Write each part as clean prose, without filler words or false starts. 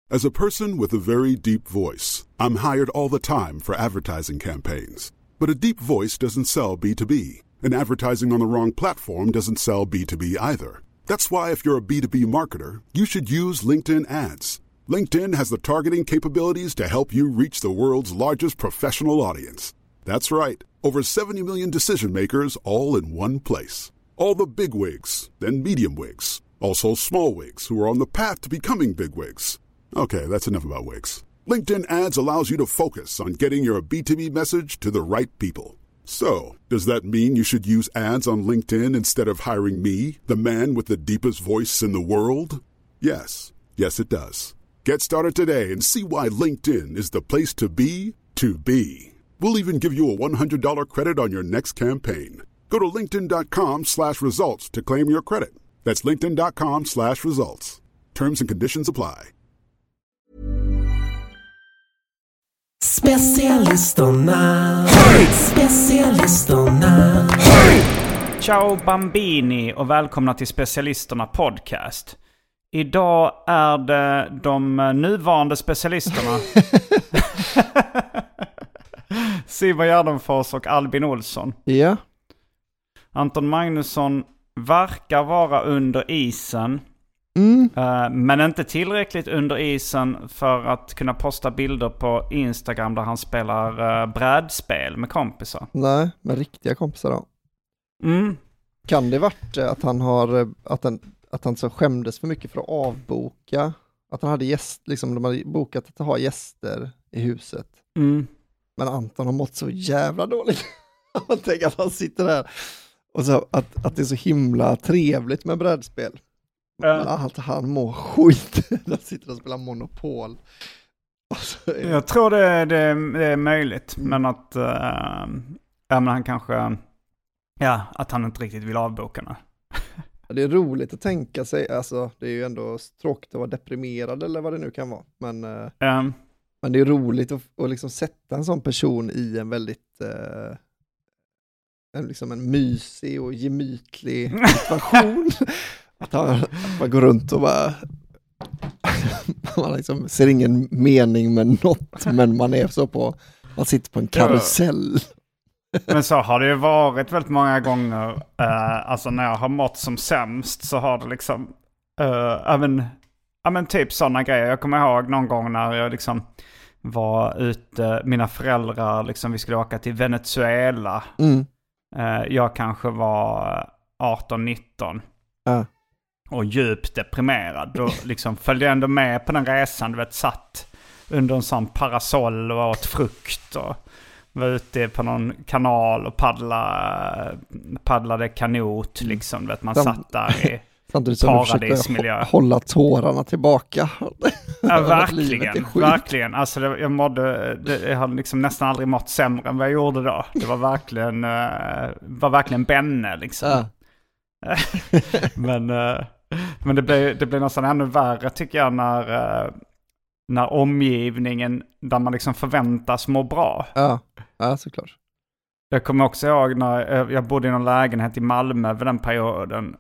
As a person with a very deep voice, I'm hired all the time for advertising campaigns. But a deep voice doesn't sell B2B, and advertising on the wrong platform doesn't sell B2B either. That's why if you're a B2B marketer, you should use LinkedIn ads. LinkedIn has the targeting capabilities to help you reach the world's largest professional audience. That's right. Over 70 million decision makers all in one place. All the big wigs, then medium wigs. Also small wigs who are on the path to becoming big wigs. Okay, that's enough about wigs. LinkedIn ads allows you to focus on getting your B2B message to the right people. So, does that mean you should use ads on LinkedIn instead of hiring me, the man with the deepest voice in the world? Yes. Yes, it does. Get started today and see why LinkedIn is the place to be to be. We'll even give you a $100 credit on your next campaign. Go to linkedin.com/results to claim your credit. That's linkedin.com/results. Terms and conditions apply. Specialisterna. Specialisterna. Ciao Bambini och välkomna till Specialisterna podcast. Idag är det de nuvarande specialisterna Simon Gärdenfors och Albin Olsson. Ja. Anton Magnusson verkar vara under isen. Men inte tillräckligt under isen för att kunna posta bilder på Instagram där han spelar brädspel med kompisar. Nej, med riktiga kompisar då. Kan det varit att han har att han så skämdes för mycket för att avboka, att han hade de hade bokat att ha gäster i huset. Men Anton har mått så jävla dåligt. Man tänker att han sitter där och så att det är så himla trevligt med brädspel. Men att han mår skit. Han sitter och spelar Monopol. Jag tror det är möjligt. Men att men han kanske att han inte riktigt vill avboka nu. Det är roligt att tänka sig. Alltså, det är ju ändå tråkigt att vara deprimerad eller vad det nu kan vara. Men det är roligt att liksom sätta en sån person i en väldigt en mysig och gemytlig situation. Att man går runt och bara man liksom ser ingen mening med något, men man sitter på en karusell. Men så har det ju varit väldigt många gånger. Alltså när jag har mått som sämst så har det liksom typ sådana grejer. Jag kommer ihåg någon gång när jag liksom var ute, mina föräldrar liksom, vi skulle åka till Venezuela. Jag kanske var 18-19 och djupt deprimerad. Då liksom följde jag ändå med på den resan. Du vet, satt under en sån parasoll och åt frukt och var ute på någon kanal och paddlade kanot liksom. Du vet, man satt där i paradismiljö. Hålla tårarna tillbaka. Ja, verkligen. Alltså jag har liksom nästan aldrig mått sämre än vad jag gjorde då. Det var verkligen Benne liksom. Men det blev nästan ännu värre tycker jag när omgivningen där man liksom förväntas må bra. Ja, såklart. Jag kommer också ihåg när jag bodde i någon lägenhet i Malmö vid den perioden.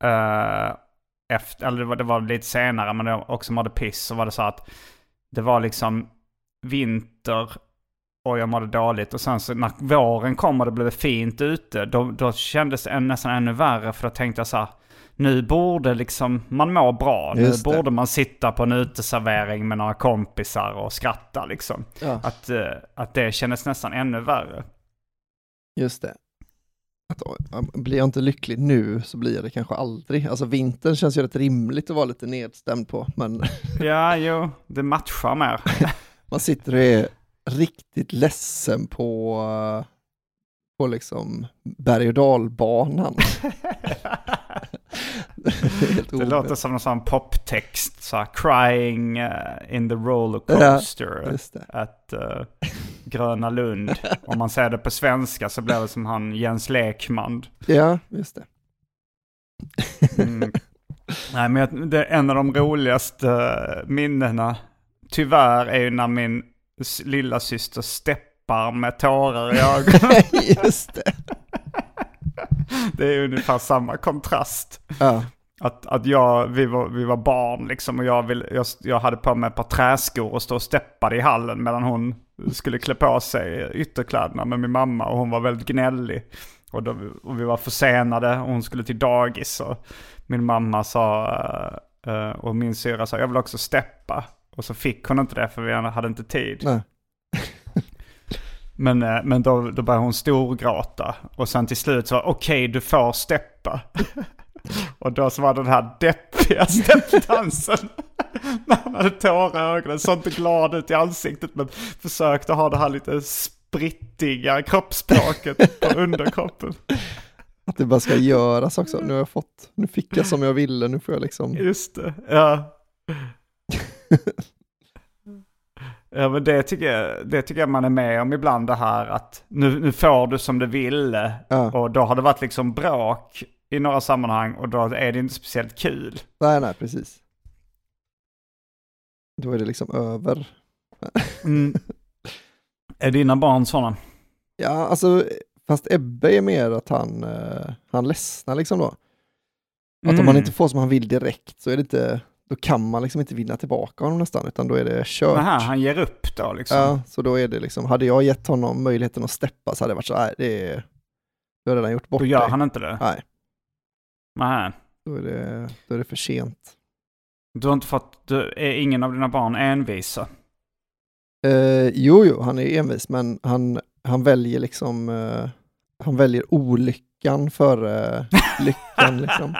Det var lite senare, men jag också mådde piss. Så var det så att det var liksom vinter och jag mådde dåligt. Och sen så när våren kom och det blev fint ute, då kändes det nästan ännu värre. För då tänkte jag så här, nu borde liksom man må bra. Nu borde man sitta på en uteservering med några kompisar och skratta liksom. Ja. Att det kändes nästan ännu värre. Just det. Blir jag inte lycklig nu så blir jag det kanske aldrig. Alltså vintern känns ju rätt rimligt att vara lite nedstämd på. Men det matchar mer. Man sitter och är riktigt ledsen på liksom berg- och dalbanan. Det låter som en sån poptext, så här, crying in the rollercoaster at Gröna Lund. Om man säger det på svenska så blir det som han Jens Lekman. Ja, just det. Nej, men det är en av de roligaste minnena tyvärr är ju när min lilla syster steppar med tårar i ögonen. Just det. Det är ungefär samma kontrast. Ja. Vi var barn liksom, och jag hade på mig ett par träskor och stod och steppade i hallen medan hon skulle klä på sig ytterkläderna med min mamma, och hon var väldigt gnällig. Och vi var försenade och hon skulle till dagis, och min mamma sa och min syra sa jag vill också steppa, och så fick hon inte det för vi hade inte tid. Nej. Men då började hon storgråta, och sen till slut så okej, du får steppa. Och då så var den här deppiga steppdansen när han hade tårar i ögonen, såg inte glad ut i ansiktet, men försökte ha det här lite sprittiga kroppsspråket på underkroppen. Att det bara ska göras också. Nu fick jag som jag ville, nu får jag liksom... Just det, ja. Ja, men det tycker jag man är med om ibland, det här att nu får du som du ville. Ja. Och då har det varit liksom bråk i några sammanhang, och då är det inte speciellt kul. Nej, precis. Då är det liksom över. Är dina barn sådana? Ja, alltså, fast Ebbe är mer att han ledsnar liksom då. Att om man inte får som han vill direkt, så är det inte, då kan man liksom inte vinna tillbaka honom nästan, utan då är det kört. Aha, han ger upp då liksom. Ja, så då är det liksom, hade jag gett honom möjligheten att steppa så hade det varit så här, du har redan gjort bort det. Då gör dig. han inte det? Nej. Nej. Då är det för sent. Är ingen av dina barn envisa? Jo, han är envis, men han väljer liksom, han väljer olyckan före lyckan liksom.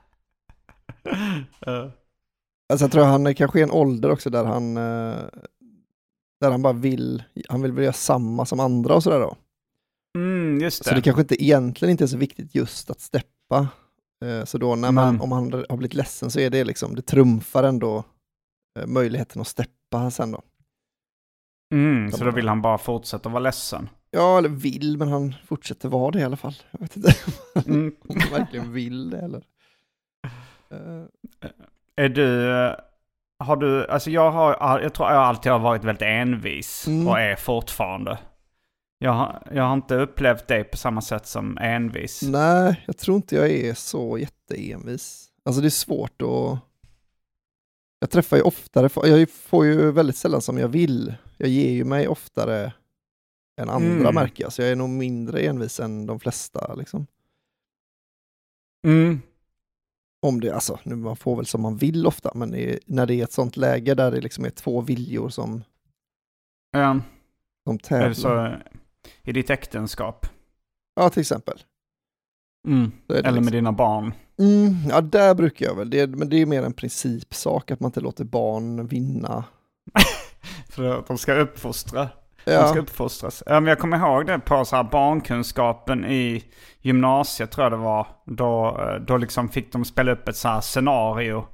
Alltså jag tror han är kanske i en ålder också där han bara vill göra samma som andra och sådär då. Just det. Så det kanske egentligen inte är så viktigt just att steppa. Så då om han har blivit ledsen, så är det liksom, det trumfar ändå möjligheten att steppa sen då. Så då vill han bara fortsätta vara ledsen? Ja, eller men han fortsätter vara det i alla fall. Jag vet inte om han verkligen vill det eller. Alltså jag tror jag alltid har varit väldigt envis och är fortfarande. Jag har inte upplevt det på samma sätt som envis. Nej, jag tror inte jag är så jätteenvis. Alltså det är svårt att... Jag träffar ju oftare... Jag får ju väldigt sällan som jag vill. Jag ger ju mig oftare än andra märker jag. Så jag är nog mindre envis än de flesta liksom. Om det, alltså, nu man får väl som man vill ofta, men när det är ett sånt läge där det liksom är två viljor som tävlar. Är det så i ditt äktenskap? Ja, till exempel. Eller liksom med dina barn? Ja, där brukar jag väl. Men det är mer en principsak att man inte låter barn vinna. För att de ska uppfostra. Ja. De ska uppfostras. Jag kommer ihåg det på så här barnkunskapen i gymnasiet, tror jag det var. Då liksom fick de spela upp ett så här scenario.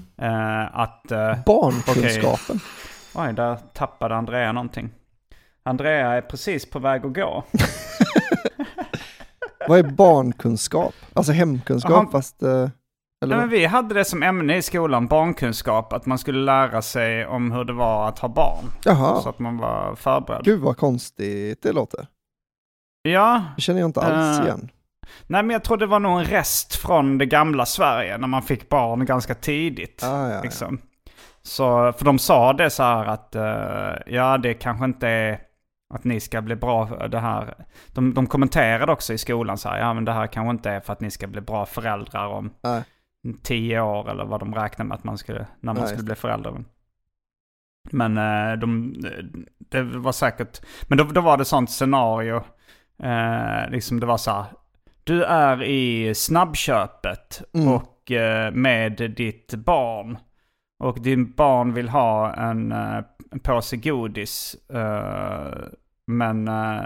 Barnkunskapen? Oj, där tappade Andrea någonting. Andrea är precis på väg att gå. Vad är barnkunskap? Alltså hemkunskap fast... Eller? Men vi hade det som ämne i skolan, barnkunskap, att man skulle lära sig om hur det var att ha barn. Jaha. Så att man var förberedd. Gud vad konstigt det låter. Ja. Det känner jag inte alls igen. Nej, men jag tror det var nog en rest från det gamla Sverige när man fick barn ganska tidigt. Liksom. Så, för de sa det så här att det kanske inte är att ni ska bli bra det här. De kommenterade också i skolan så här, men det här kanske inte är för att ni ska bli bra föräldrar om 10 år eller vad de räknar med att man skulle, när man skulle bli förälder. Men det var säkert, men då var det sånt scenario, liksom det var så här, du är i snabbköpet och med ditt barn, och din barn vill ha en påse godis, men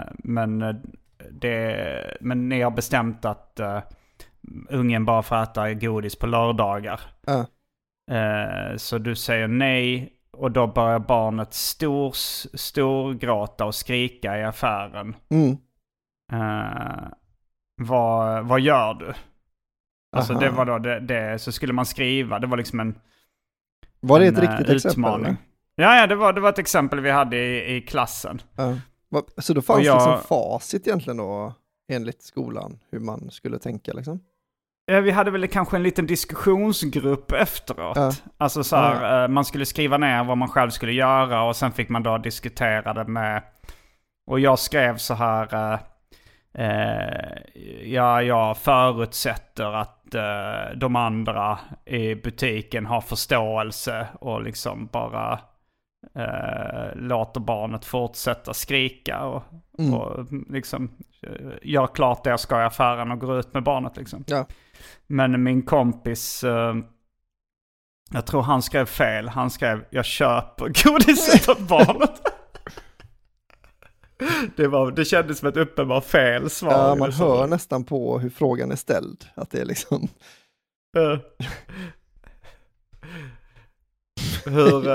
ni har bestämt att ungen bara får äta godis på lördagar. Så du säger nej, och då börjar barnet storgråta och skrika i affären. Vad gör du? Alltså det var då det så skulle man skriva, det var liksom en var det ett riktigt utmaning. Exempel? Ja, det var ett exempel vi hade i klassen. Så då fanns liksom facit egentligen då, enligt skolan, hur man skulle tänka liksom? Vi hade väl kanske en liten diskussionsgrupp efteråt. Ja. Alltså så här, man skulle skriva ner vad man själv skulle göra och sen fick man då diskutera det med... Och jag skrev så här... jag förutsätter att de andra i butiken har förståelse och liksom bara låter barnet fortsätta skrika och liksom gör klart det jag ska i affären och går ut med barnet liksom. Ja. Men min kompis, jag tror han skrev fel. Han skrev, jag köper godiset åt barnet. Det kändes som ett uppenbart fel svar. Ja, man hör nästan på hur frågan är ställd. Att det är liksom... Hur...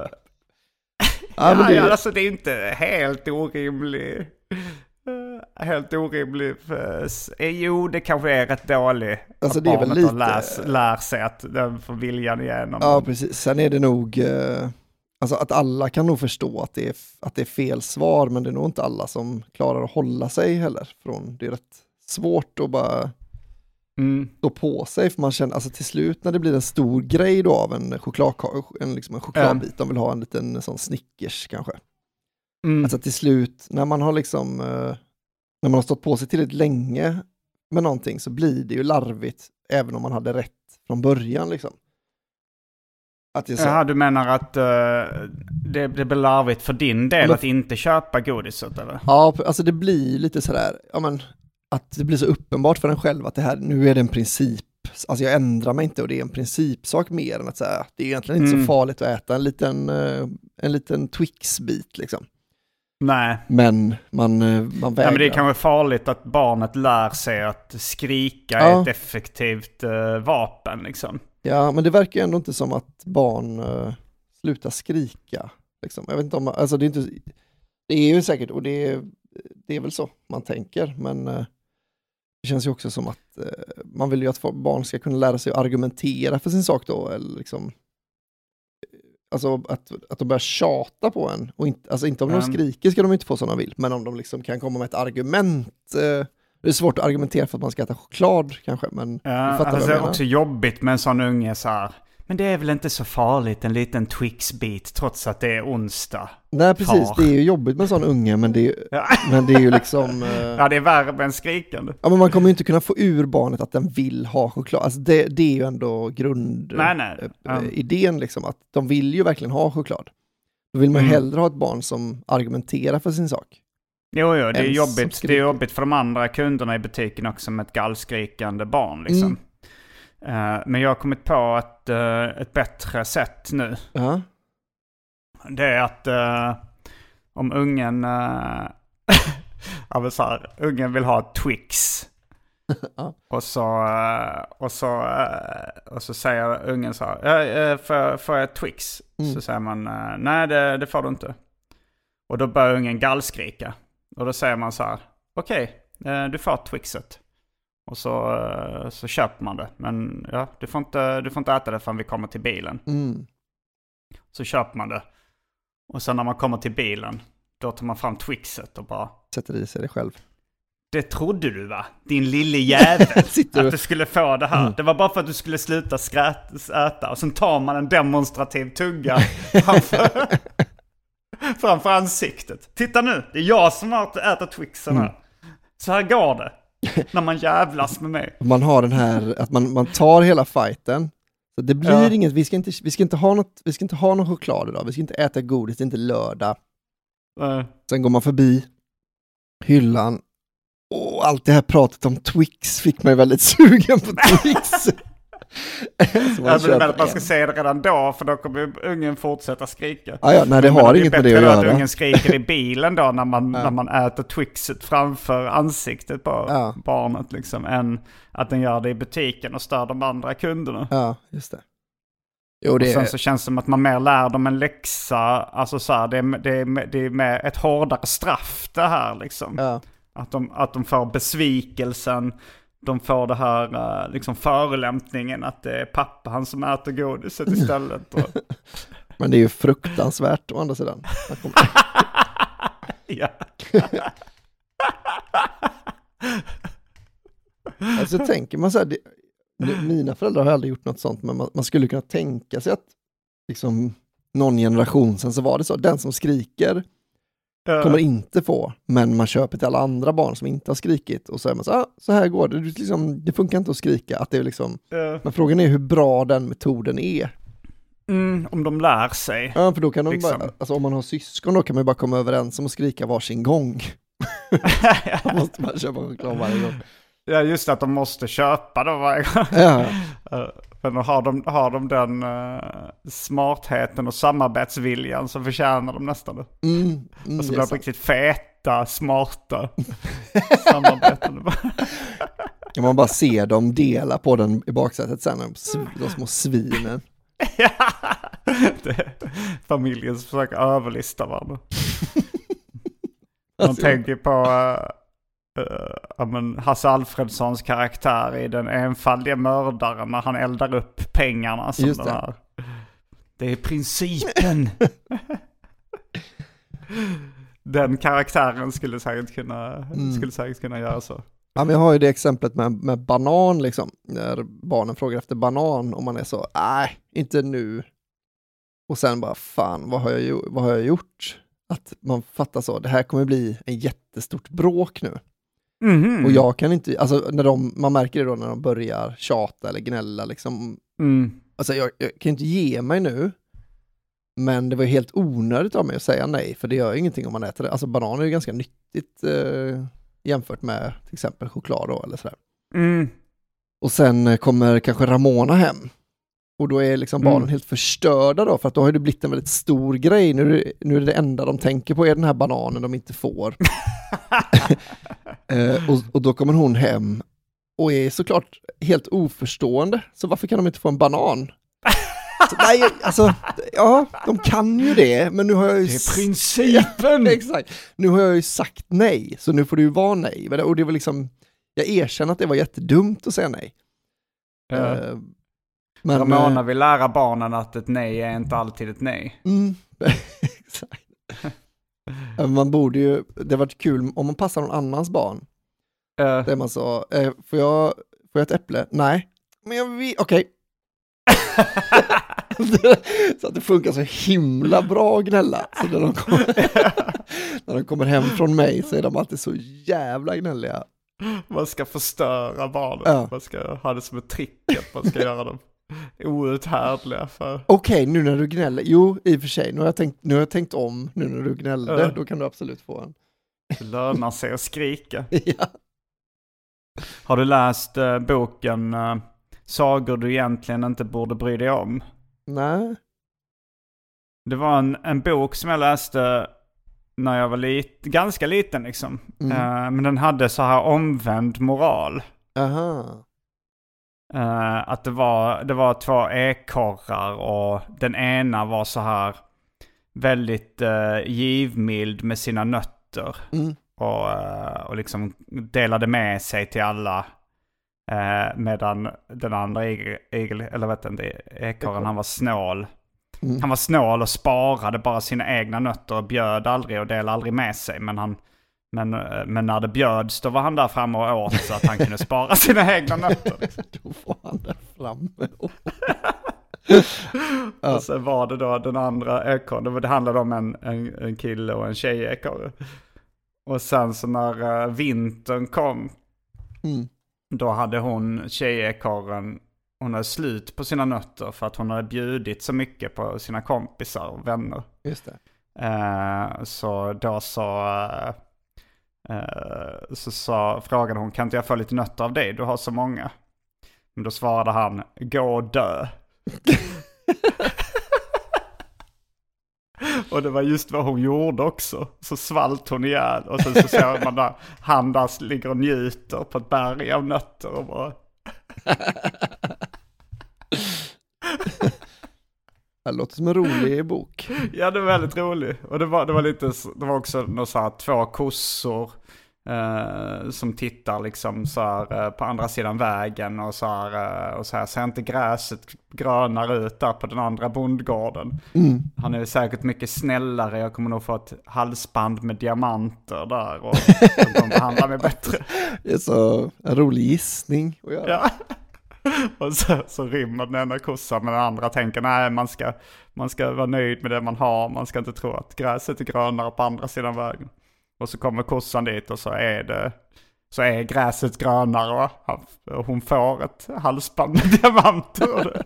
alltså det är inte helt orimligt. Helt orimligt. Jo, det kanske är rätt dåligt. Alltså det är väl lite... lär sig att den får viljan igenom. Ja, precis. Sen är det nog... Alltså att alla kan nog förstå att det är fel svar, men det är nog inte alla som klarar att hålla sig heller. Det är rätt svårt att bara stå på sig, för man känner, alltså till slut när det blir en stor grej då av en chokladbit, de vill ha en liten sån Snickers kanske. Alltså till slut, när man har liksom, när man har stått på sig tillräckligt länge med någonting, så blir det ju larvigt, även om man hade rätt från början liksom. Ja, du menar att det blir larvigt för din del att inte köpa godiset, eller? Ja, alltså det blir lite sådär, att det blir så uppenbart för en själv att det här, nu är det en princip. Alltså jag ändrar mig inte och det är en principsak mer än att säga, det är egentligen inte så farligt att äta en liten Twix-bit liksom. Nej. Men man vägrar. Ja, men det är kanske farligt att barnet lär sig att skrika är ett effektivt vapen liksom. Ja, men det verkar ju ändå inte som att barn slutar skrika. Liksom. Jag vet inte om, alltså det är ju säkert, och det är väl så man tänker, men det känns ju också som att man vill ju att barn ska kunna lära sig att argumentera för sin sak då, eller liksom, alltså att de börjar tjata på en, och inte om de skriker ska de inte få som de vill, men om de liksom kan komma med ett argument. Det är svårt att argumentera för att man ska äta choklad kanske, men det är också jobbigt med en sån unge så här. Men det är väl inte så farligt, en liten Twix-bit trots att det är onsdag. Nej, precis. Det är ju jobbigt med en sån unge, men det är ju liksom... Ja, det är värre med en skrikande. Ja, men man kommer ju inte kunna få ur barnet att den vill ha choklad. Alltså det är ju ändå idén liksom, att de vill ju verkligen ha choklad. Då vill man hellre ha ett barn som argumenterar för sin sak. Jo, det är jobbigt. Det är jobbigt för de andra kunderna i butiken också med ett gallskrikande barn liksom. Men jag har kommit på ett bättre sätt nu. Det är att om ungen ungen vill ha ett Twix. och så säger ungen så här, får jag ett Twix? Så säger man, nej det får du inte. Och då börjar ungen gallskrika. Och då säger man så här, okej, du får Twixet. Och så köper man det. Men ja, du får inte äta det förrän vi kommer till bilen. Så köper man det. Och sen när man kommer till bilen, då tar man fram Twixet och bara... sätter i sig det själv. Det trodde du, va? Din lille jävel. Att du skulle få det här. Det var bara för att du skulle sluta äta. Och sen tar man en demonstrativ tugga framför ansiktet. Titta nu, det är jag som har ätit Twixen här. Så här går det. När man jävlas med mig. Man har den här, att man tar hela fighten. Så det blir inget, vi ska inte ha någon choklad idag. Vi ska inte äta godis, det är inte lördag. Sen går man förbi hyllan. Och allt det här pratet om Twix fick mig väldigt sugen på Twix. Man ska säga det redan då, för då kommer ungen fortsätta skrika. Nej, det har inget med det att göra. Att ungen skriker i bilen då när man äter Twixet framför ansiktet på barnet liksom, än att den gör det i butiken och stör de andra kunderna. Ja, just det. Och sen så känns det som att man mer lär dem en läxa. Alltså så här, det är med ett hårdare straff det här liksom. Att de får besvikelsen. De får det här liksom förolämpningen att det är pappa han som äter godiset istället. Men det är ju fruktansvärt å andra sidan. Ja. Alltså tänker man så här, Mina föräldrar har aldrig gjort något sånt, men man skulle kunna tänka sig att liksom någon generation sen så var det så. Den som skriker kommer inte få, men man köper till alla andra barn som inte har skrikit och så är man så här går det. Liksom, det funkar inte att skrika. Att det är liksom, men frågan är hur bra den metoden är. Om de lär sig. Ja, för då kan de liksom. Alltså om man har syskon då kan man ju bara komma överens om att skrika varsin gång. Då måste man köpa choklad varje gång. Ja, just att de måste köpa då varje gång. Ja. Men har de den smartheten och samarbetsviljan så förtjänar de nästan det. Och så blir de riktigt feta, smarta samarbeten. Kan man bara se dem dela på den i baksätet sen, de små svinen. Ja, familjen som försöker överlista varandra. Man tänker på Hasse Alfredsons karaktär i Den enfaldiga mördaren när han eldar upp pengarna som den här. Det är principen. Den karaktären skulle säkert kunna göra så. Ja, men jag har ju det exemplet med banan liksom. När barnen frågar efter banan och man är så, nej, inte nu. Och sen bara, fan, vad har jag gjort? Att man fattar så, det här kommer bli en jättestort bråk nu. Mm-hmm. Och jag kan inte, alltså man märker det då när de börjar tjata eller gnälla liksom. Alltså jag kan inte ge mig nu. Men det var helt onödigt av mig att säga nej, för det gör ingenting om man äter det. Alltså banan är ju ganska nyttigt jämfört med till exempel choklad då, eller sådär. Och sen kommer kanske Ramona hem. Och då är liksom barnen helt förstörda då, för att då har det blivit en väldigt stor grej. Nu är det enda de tänker på är den här bananen de inte får. Och då kommer hon hem och är såklart helt oförstående. Så varför kan de inte få en banan? Så, nej, alltså, ja, de kan ju det, men nu har jag ju... Det är principen! Ja, exakt. Nu har jag ju sagt nej, så nu får det ju vara nej. Och det var liksom, jag erkänner att det var jättedumt att säga nej. Men Ramona vill lära barnen att ett nej är inte alltid ett nej. Exakt. Man borde ju, det har varit kul om man passar någon annans barn. Där man sa, får jag ett äpple? Nej. Men jag vill, okej. Så att det funkar så himla bra att gnälla. Så när de kommer hem från mig så är de alltid så jävla gnälliga. Man ska förstöra barnen. Man ska ha det som ett trick att man ska göra dem outhärdliga för... Okej, nu när du gnäller. Jo, i och för sig. Nu har jag tänkt om. Nu när du gnällde, då kan du absolut få en. Det lönar sig att skrika. Ja. Har du läst boken Sagor du egentligen inte borde bry dig om? Nej. Det var en bok som jag läste när jag var ganska liten liksom. Men den hade så här omvänd moral. Aha. Att det var två ekorrar och den ena var så här väldigt givmild med sina nötter och liksom delade med sig till alla, medan den andra ekorren han var snål. Han var snål och sparade bara sina egna nötter och bjöd aldrig och delade aldrig med sig, men när det bjöds då var han där framme och åt så att han kunde spara sina egna nötter. Då var han där framme. Och sen var det då den andra ekorren. Det handlade om en kille och en tjejekorre. Och sen så när vintern kom då hade tjejekorren, hon hade slut på sina nötter för att hon hade bjudit så mycket på sina kompisar och vänner. Just det. Så då frågade hon, kan inte jag få lite nötter av dig? Du har så många. Men då svarade han, gå och dö. Och det var just vad hon gjorde också. Så svalt hon ihjäl. Och sen så ser man där, han där ligger och njuter på ett berg av nötter och bara... Det låter som en rolig bok. Ja, det var väldigt rolig. Och det var också några så här, två kossor som tittar liksom så här, på andra sidan vägen och så här ser inte gräset grönare ut där på den andra bondgården. Han är säkert mycket snällare. Jag kommer nog få ett halsband med diamanter där och de kommer behandla mig bättre. Det är så en rolig gissning att göra. Ja. Och så rimmar den ena kossan, men den andra tänker nej, man ska vara nöjd med det man har. Man ska inte tro att gräset är grönare på andra sidan vägen. Och så kommer kossan dit och så är gräset grönare, och hon får ett halsband med diamanter.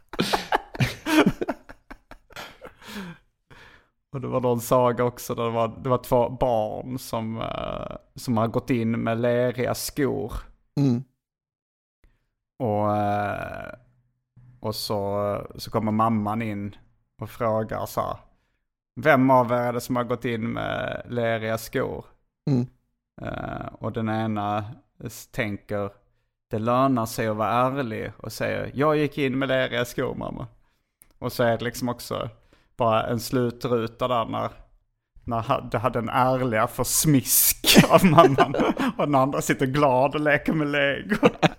Och det var någon saga också där det var 2 barn som har gått in med leriga skor. Mm. Och så kommer mamman in och frågar så här: vem av er är det som har gått in med leriga skor? Mm. Och den ena tänker, det lönar sig att vara ärlig, och säger, jag gick in med leriga skor, mamma. Och så är det liksom också bara en slutruta där när det hade en ärliga för smisk av mamman. Och den andra sitter glad och leker med Lego.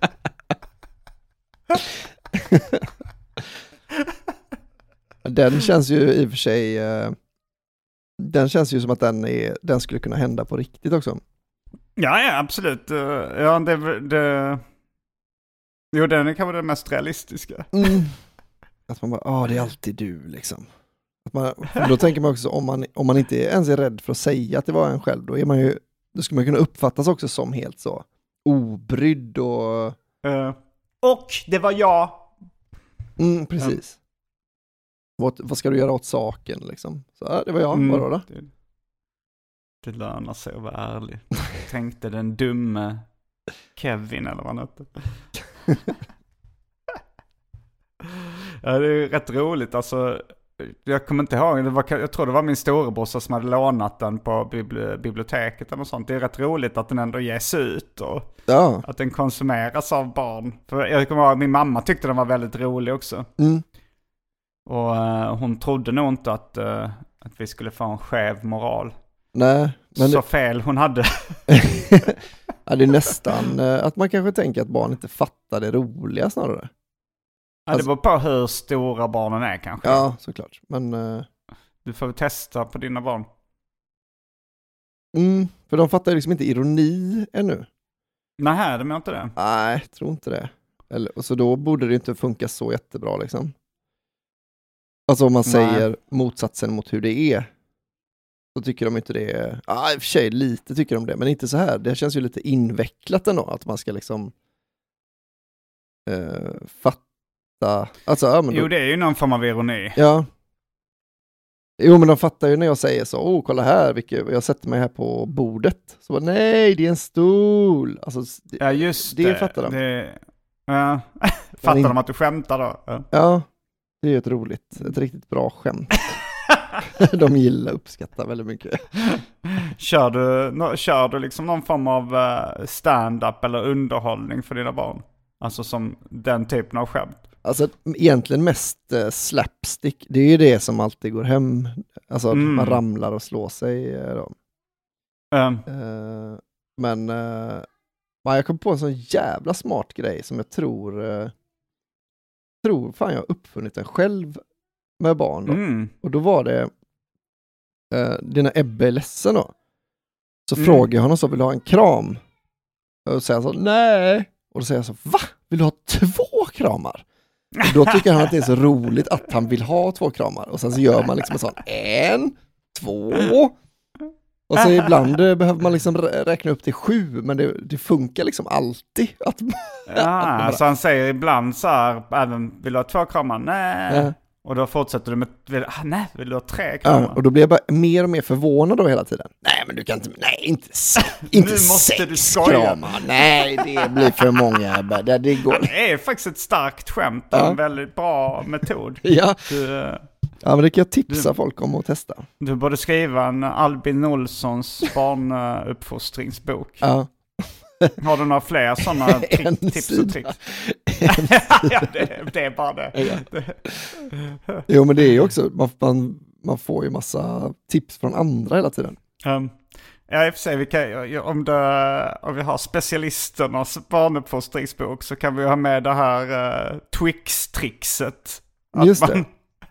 Den känns ju i och för sig, den känns ju som att den skulle kunna hända på riktigt också. Ja, absolut. Ja, jo, den är kanske den mest realistiska. Mm. Att man bara, det är alltid du liksom. Då tänker man också, om man inte ens är rädd för att säga att det var en själv, då skulle man kunna uppfattas också som helt så obrydd och... Och det var jag. Precis. Vad ska du göra åt saken liksom? Så det var jag, vadå då? Det lönar sig att vara ärlig. Tänkte den dumme Kevin eller vad han hette. Ja, det är rätt roligt. Alltså, jag kommer inte ihåg. Jag tror det var min storebrorsa som hade lånat den på biblioteket eller sånt. Det är rätt roligt att den ändå ges ut och att den konsumeras av barn. För jag kommer ihåg att min mamma tyckte den var väldigt rolig också. Mm. Och hon trodde nog inte att vi skulle få en skev moral. Nej, men så fel hon hade. Ja, det är nästan att man kanske tänker att barn inte fattar det roliga snarare. Ja, det beror på hur stora barnen är kanske. Ja, såklart. Men du får testa på dina barn. För de fattar liksom inte ironi ännu. Nej, de gör inte det. Nej, tror inte det. Och så då borde det inte funka så jättebra liksom. Alltså om man säger motsatsen mot hur det är, så tycker de inte det är... Ja, i och för sig lite tycker de det, men inte så här. Det känns ju lite invecklat ändå, att man ska liksom fatta... Alltså, men jo, det är ju någon form av ironi. Ja. Jo, men de fattar ju när jag säger så, kolla här, jag sätter mig här på bordet. Så bara, nej, det är en stol. Alltså, ja, just det. Fattar de. Fattar de att du skämtar då? Ja, det är ett riktigt bra skämt. De uppskattar väldigt mycket. Kör du liksom någon form av stand-up eller underhållning för dina barn? Alltså som den typen av skämt? Alltså egentligen mest slapstick. Det är ju det som alltid går hem. Alltså att man ramlar och slår sig då. Men jag kom på en sån jävla smart grej som jag tror fan jag har uppfunnit den själv med barn då. Och då var det när Ebbe är ledsen då, så frågar jag honom så, vill du ha en kram? Och säger han så, nej. Och då säger jag så, va? Vill du ha 2 kramar? Och då tycker han att det är så roligt att han vill ha 2 kramar. Och sen så gör man liksom en sån, 1, 2. Och så ibland behöver man liksom räkna upp till 7, men det funkar liksom alltid. Så han säger ibland så här, även vill du ha 2 kramar? Nej. Och då fortsätter du med, vill du ha 3 kramar? Ja, och då blir jag bara mer och mer förvånad då hela tiden. Nej, men du kan inte nu måste 6 du skoja. Kramar. Nej, det blir för många. Det går. Det är faktiskt ett starkt skämt och en väldigt bra metod. Ja. Ja, men det kan jag tipsa folk om att testa. Du borde skriva en Albin Olssons barnuppfostringsbok. Ja. Har du några fler sådana tips och tricks? Ja, det är bara det. Ja. Jo, men det är ju också, man får ju massa tips från andra hela tiden. Ja, i och för sig, om vi har specialisternas barnuppfostringsbok så kan vi ha med det här Twix-trixet. Just det.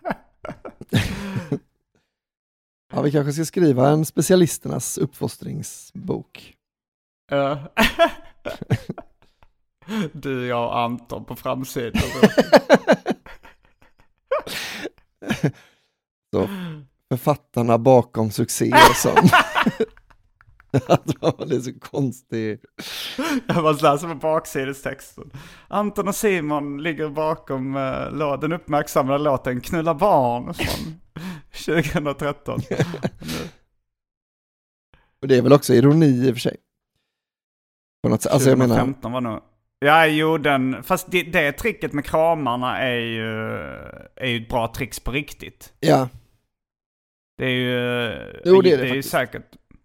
Ja, vi kanske ska skriva en specialisternas uppfostringsbok. Du, jag och Anton på framsidan. Så, författarna bakom succéer som... Det är så konstigt. Jag bara läser på baksidestexten. Anton och Simon ligger bakom den uppmärksammade låten Knulla barn från 2013. Och det är väl också ironi i och för sig. På något sätt. Alltså, 2015 var nog... Ja, jo, fast det tricket med kramarna är ju ett bra tricks på riktigt. Ja. Det är ju... Jo, det är ju säkert...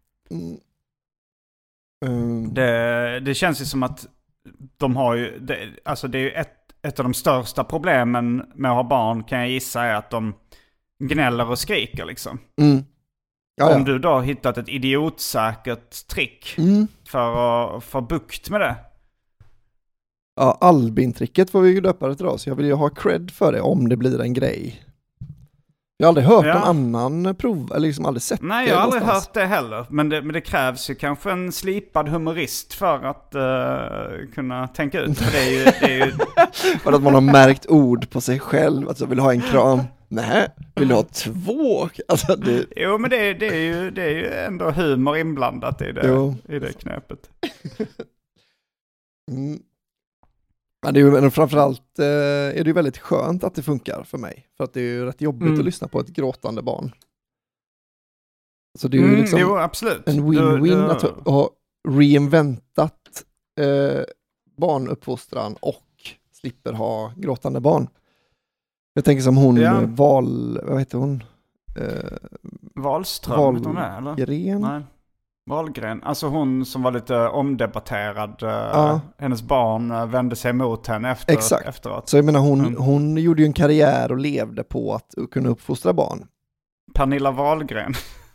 Det känns ju som att de har ju... Alltså det är ju ett av de största problemen med att ha barn, kan jag gissa, är att de gnäller och skriker liksom. Om du då har hittat ett idiotsäkert trick för att få bukt med det. Ja, Albin-tricket får vi ju döpa det till då, så jag vill ju ha cred för det om det blir en grej. Jag har aldrig hört någon annan prov, eller liksom aldrig sett det. Nej, jag har aldrig hört det heller. Men det krävs ju kanske en slipad humorist för att kunna tänka ut. För det är ju... För att man har märkt ord på sig själv, alltså vill ha en kram. Nej, vill du ha 2? Alltså, det... Jo, men det är ju ändå humor inblandat i det knepet. Men det är ju framförallt är det ju väldigt skönt att det funkar för mig. För att det är ju rätt jobbigt att lyssna på ett gråtande barn. Så det är ju liksom absolut. En win-win att ha reinventat barnuppfostran och slipper ha gråtande barn. Jag tänker som hon, vad heter hon? Wahlström, heter hon det, eller? Wahlgren? Nej. Wahlgren, alltså hon som var lite omdebatterad, hennes barn vände sig mot henne efteråt. Så jag menar hon gjorde ju en karriär och levde på att kunna uppfostra barn. Pernilla Wahlgren.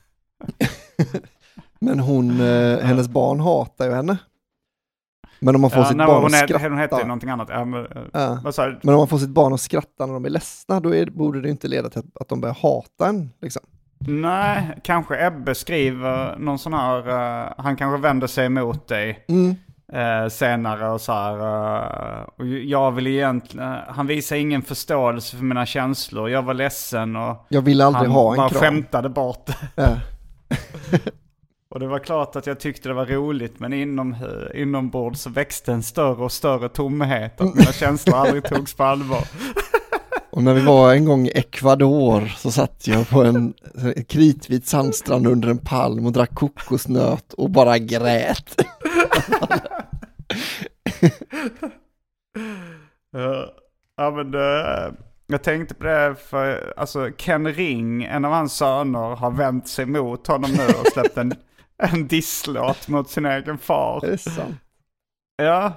Men hennes barn hatar ju henne. Men om man får sitt barn att skratta... Hon heter ju någonting annat. Men om man får sitt barn att skratta när de är ledsna, då borde det inte leda till att de börjar hata en, liksom. Nej, kanske Ebbe skriver någon sån här, han kanske vänder sig emot dig senare och så här, och jag vill egentligen, han visar ingen förståelse för mina känslor, jag var ledsen och jag vill aldrig ha en kram. Han skämtade bort det. Och det var klart att jag tyckte det var roligt, men inombords så växte en större och större tomhet, att mina känslor aldrig togs på allvar. Och när vi var en gång i Ecuador så satt jag på en kritvit sandstrand under en palm och drack kokosnöt och bara grät. Ja, men jag tänkte på det, för alltså Ken Ring, en av hans söner, har vänt sig mot honom nu och släppt en disslåt mot sin egen far. Är det sant? Ja.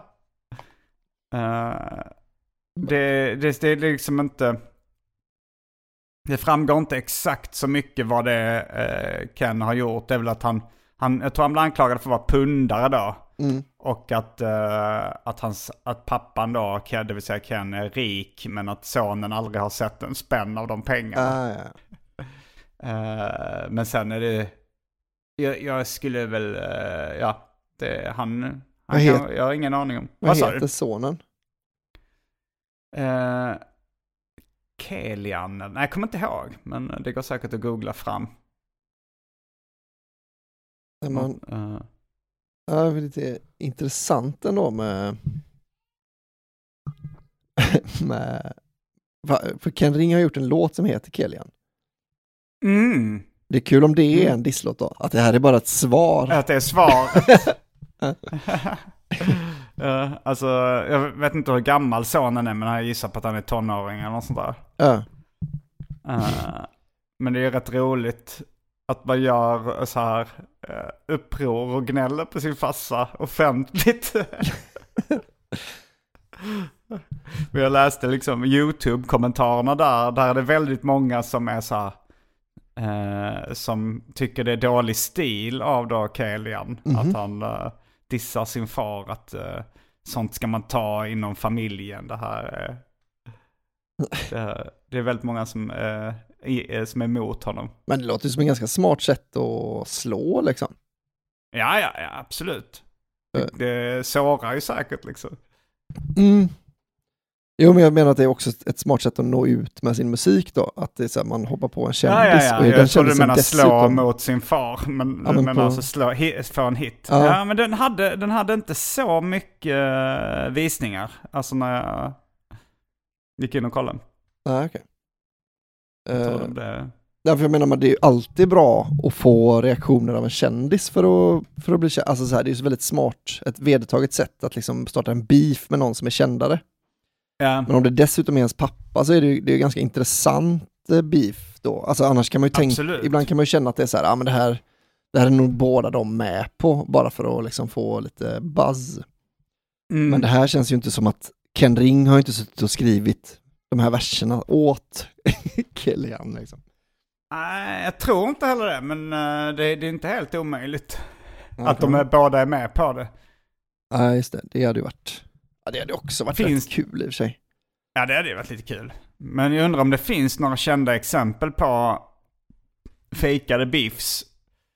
Det är liksom inte... Det framgår inte exakt så mycket vad det Ken har gjort. Det är väl att jag tror han blir anklagad för att vara pundare då. Och att pappan då, det vill säga Ken, är rik, men att sonen aldrig har sett en spänn av de pengarna. Men sen är det... Jag skulle väl... jag har ingen aning om. Vad heter sonen? Kelian. Nej, jag kommer inte ihåg. Men det går säkert att googla fram. Det är lite intressant ändå med för Ken Ring har gjort en låt som heter Kelian. Det är kul om det är en disslåt då. Att det här är bara ett svar. Att det är svar. Alltså, jag vet inte hur gammal sonen är, men jag gissar på att han är tonåring eller något sånt där. Men det är rätt roligt att man gör så här uppror och gnäller på sin farsa offentligt. Jag läste liksom YouTube-kommentarerna där är det väldigt många som är så här, som tycker det är dålig stil av då Kelian. Att han dissar sin far, att sånt ska man ta inom familjen. Det är väldigt många som är emot honom. Men det låter som en ganska smart sätt att slå liksom. Ja, absolut. Det sårar ju säkert liksom. Jo, men jag menar att det är också ett smart sätt att nå ut med sin musik då. Att det är så här, man hoppar på en kändis. Ja. Och Jag tror du menar dessutom... slå mot sin far. Men alltså få en hit. Ja, men den hade inte så mycket visningar. Alltså när jag gick in och kollade. Nej, okej. Det... Därför jag menar, det är ju alltid bra att få reaktioner av en kändis för att bli känd. Alltså så här, det är ju så väldigt smart, ett vedertaget sätt att liksom starta en beef med någon som är kändare. Ja. Men om det dessutom är ens pappa så är det ju ganska intressant beef då. Alltså annars kan man ju tänka, ibland kan man ju känna att det är så här, men det här är nog båda de med på, bara för att liksom få lite buzz. Men det här känns ju inte som att Ken Ring har ju inte suttit och skrivit de här verserna åt Kellyan liksom. Nej, jag tror inte heller det, men det är inte helt omöjligt att båda är med på det. Nej, just det. Det hade ju varit... Ja, det hade också varit rätt kul i och för sig. Ja, det hade ju varit lite kul. Men jag undrar om det finns några kända exempel på fejkade beefs.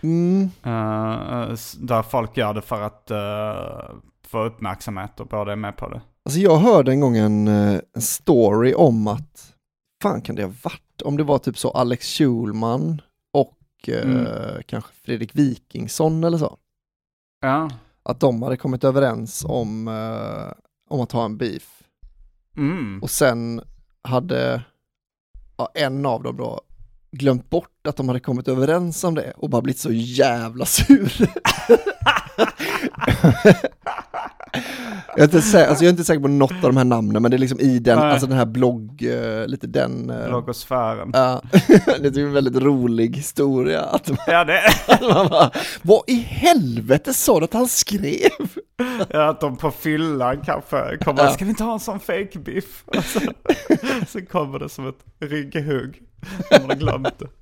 Där folk gör det för att få uppmärksamhet och båda är med på det. Alltså jag hörde en gång en story om att fan kan det ha varit? Om det var typ så Alex Schulman och kanske Fredrik Wikingsson eller så. Ja. Att de hade kommit överens om att ha en beef. Och sen hade en av dem då glömt bort att de hade kommit överens om det och bara blivit så jävla sur. Jag är inte säker på något av de här namnen, men det är liksom i den, alltså den här bloggosfären. Ja, det är en väldigt rolig historia att man bara, vad i helvete sa du att han skrev? Ja, att de på fyllan kanske kommer, ska vi inte ha en sån fake beef? Så kommer det som ett ryggehugg. De har glömt det.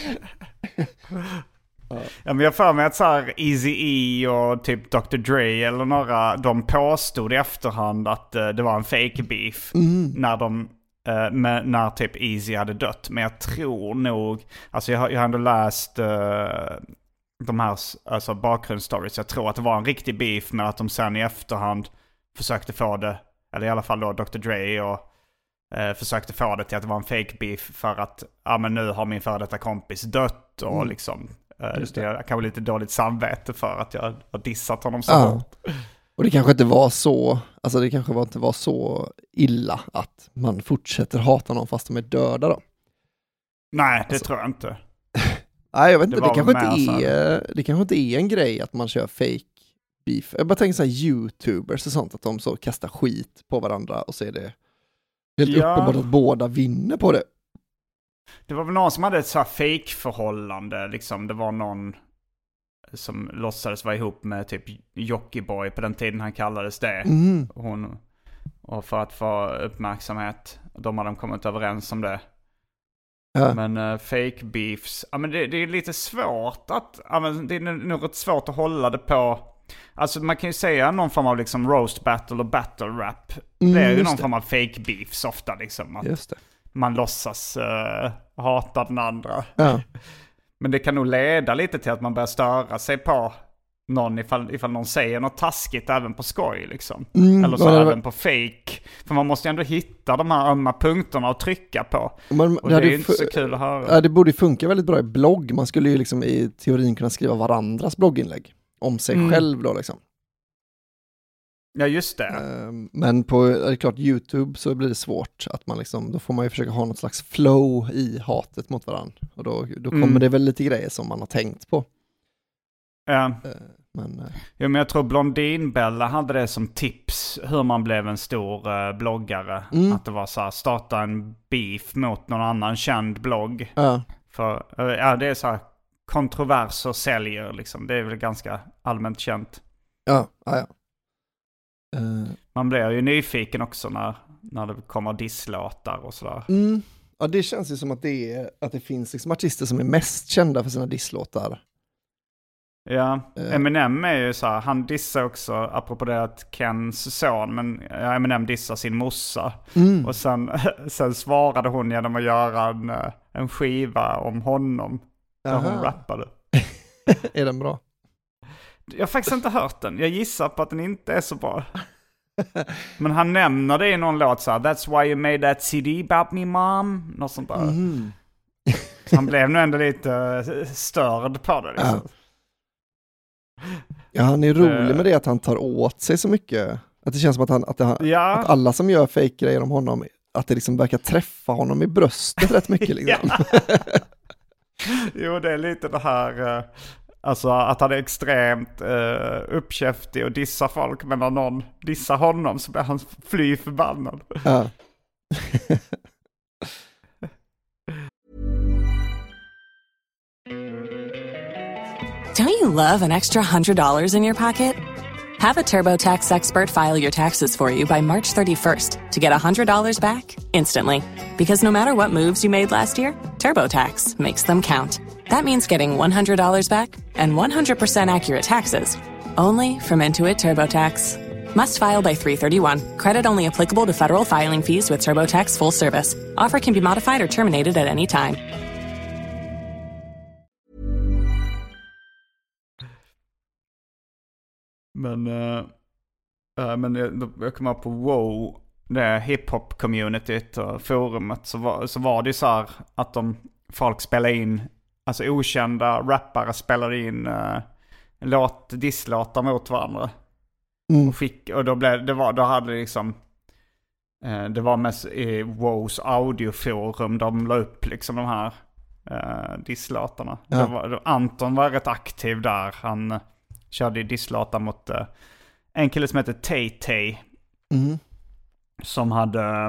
Ja, men jag får mig att så här Eazy-E och typ Dr. Dre eller några, de påstod i efterhand att det var en fake beef när typ Eazy hade dött. Men jag tror nog, alltså jag har ändå läst de här alltså bakgrundsstories. Jag tror att det var en riktig beef, men att de sen i efterhand försökte få det, eller i alla fall då Dr. Dre och försökte få det till att det var en fake beef för att men nu har min före detta kompis dött och liksom jag kan ha lite dåligt samvete för att jag har dissat honom så hårt. Och det kanske inte var så, alltså det kanske inte var så illa att man fortsätter hata någon fast de är döda då. Nej, det tror jag inte. Nej, jag vet inte, det kanske inte är en grej att man kör fake beef. Jag bara tänker så här YouTubers och sånt, att de så kastar skit på varandra och så är det helt uppenbart att båda vinner på det. Det var väl någon som hade ett så här fake-förhållande. Liksom. Det var någon som låtsades vara ihop med typ Jockiboi på den tiden han kallades det. Och för att få uppmärksamhet. De hade kommit överens om det. Ja. Men fake beefs, men det är lite svårt att, det är nog rätt svårt att hålla det på. Alltså man kan ju säga någon form av liksom roast battle och battle rap. Det är ju någon form av fake beefs ofta liksom. Just det. Man låtsas hata den andra. Ja. Men det kan nog leda lite till att man börjar störa sig på någon ifall någon säger något taskigt även på skoj liksom. Eller så även på fake. För man måste ju ändå hitta de här ömma punkterna att trycka på. Och det är ju inte så kul att höra. Ja, det borde funka väldigt bra i blogg. Man skulle ju liksom i teorin kunna skriva varandras blogginlägg om sig själv då liksom. Ja, just det. Men på, det är klart, YouTube så blir det svårt att man liksom, då får man ju försöka ha något slags flow i hatet mot varandra. Och då kommer det väl lite grejer som man har tänkt på. Ja. Men jag tror Blondinbella hade det som tips hur man blev en stor bloggare. Att det var så här, starta en beef mot någon annan känd blogg. Ja. För det är så här, kontroverser säljer liksom. Det är väl ganska allmänt känt. Ja. Man blir ju nyfiken också när det kommer disslåtar och sådär. Ja, det känns ju som att det finns liksom artister som är mest kända för sina disslåtar. Ja, Eminem är ju så här, han dissar också, apropå det att Kens son, men Eminem dissar sin morsa. Och sen svarade hon genom att göra en skiva om honom där hon rappade. Är den bra? Jag har faktiskt inte hört den. Jag gissar på att den inte är så bra. Men han nämner det i någon låt så här, that's why you made that CD about me mom. Något sånt där. Så han blev nog ändå lite störd på det. Liksom. Ja, han är rolig med det att han tar åt sig så mycket. Att det känns som att att alla som gör fake-grejer om honom, att det liksom verkar träffa honom i bröstet rätt mycket. Liksom. Jo, det är lite det här... Alltså att han är extremt uppkäftig och dissar folk. Men när någon dissar honom så blir han fly förbannad. Ja. Don't you love an extra $100 in your pocket? Have a TurboTax expert file your taxes for you by March 31st to get $100 back instantly. Because no matter what moves you made last year, TurboTax makes them count. That means getting $100 back and 100% accurate taxes, only from Intuit TurboTax. Must file by 3/31. Credit only applicable to federal filing fees with TurboTax full service. Offer can be modified or terminated at any time. Men jag kommer på WoW, det hiphop-communityt och forumet, så var det så här att folk spelade in, alltså okända rappare spelade in disslåtar mot varandra. Och då hade det liksom det var mest i WoWs audioforum de la upp liksom de här disslåtarna. Anton var rätt aktiv där. Han körde disslåtar mot en kille som heter Tay-Tay. Som hade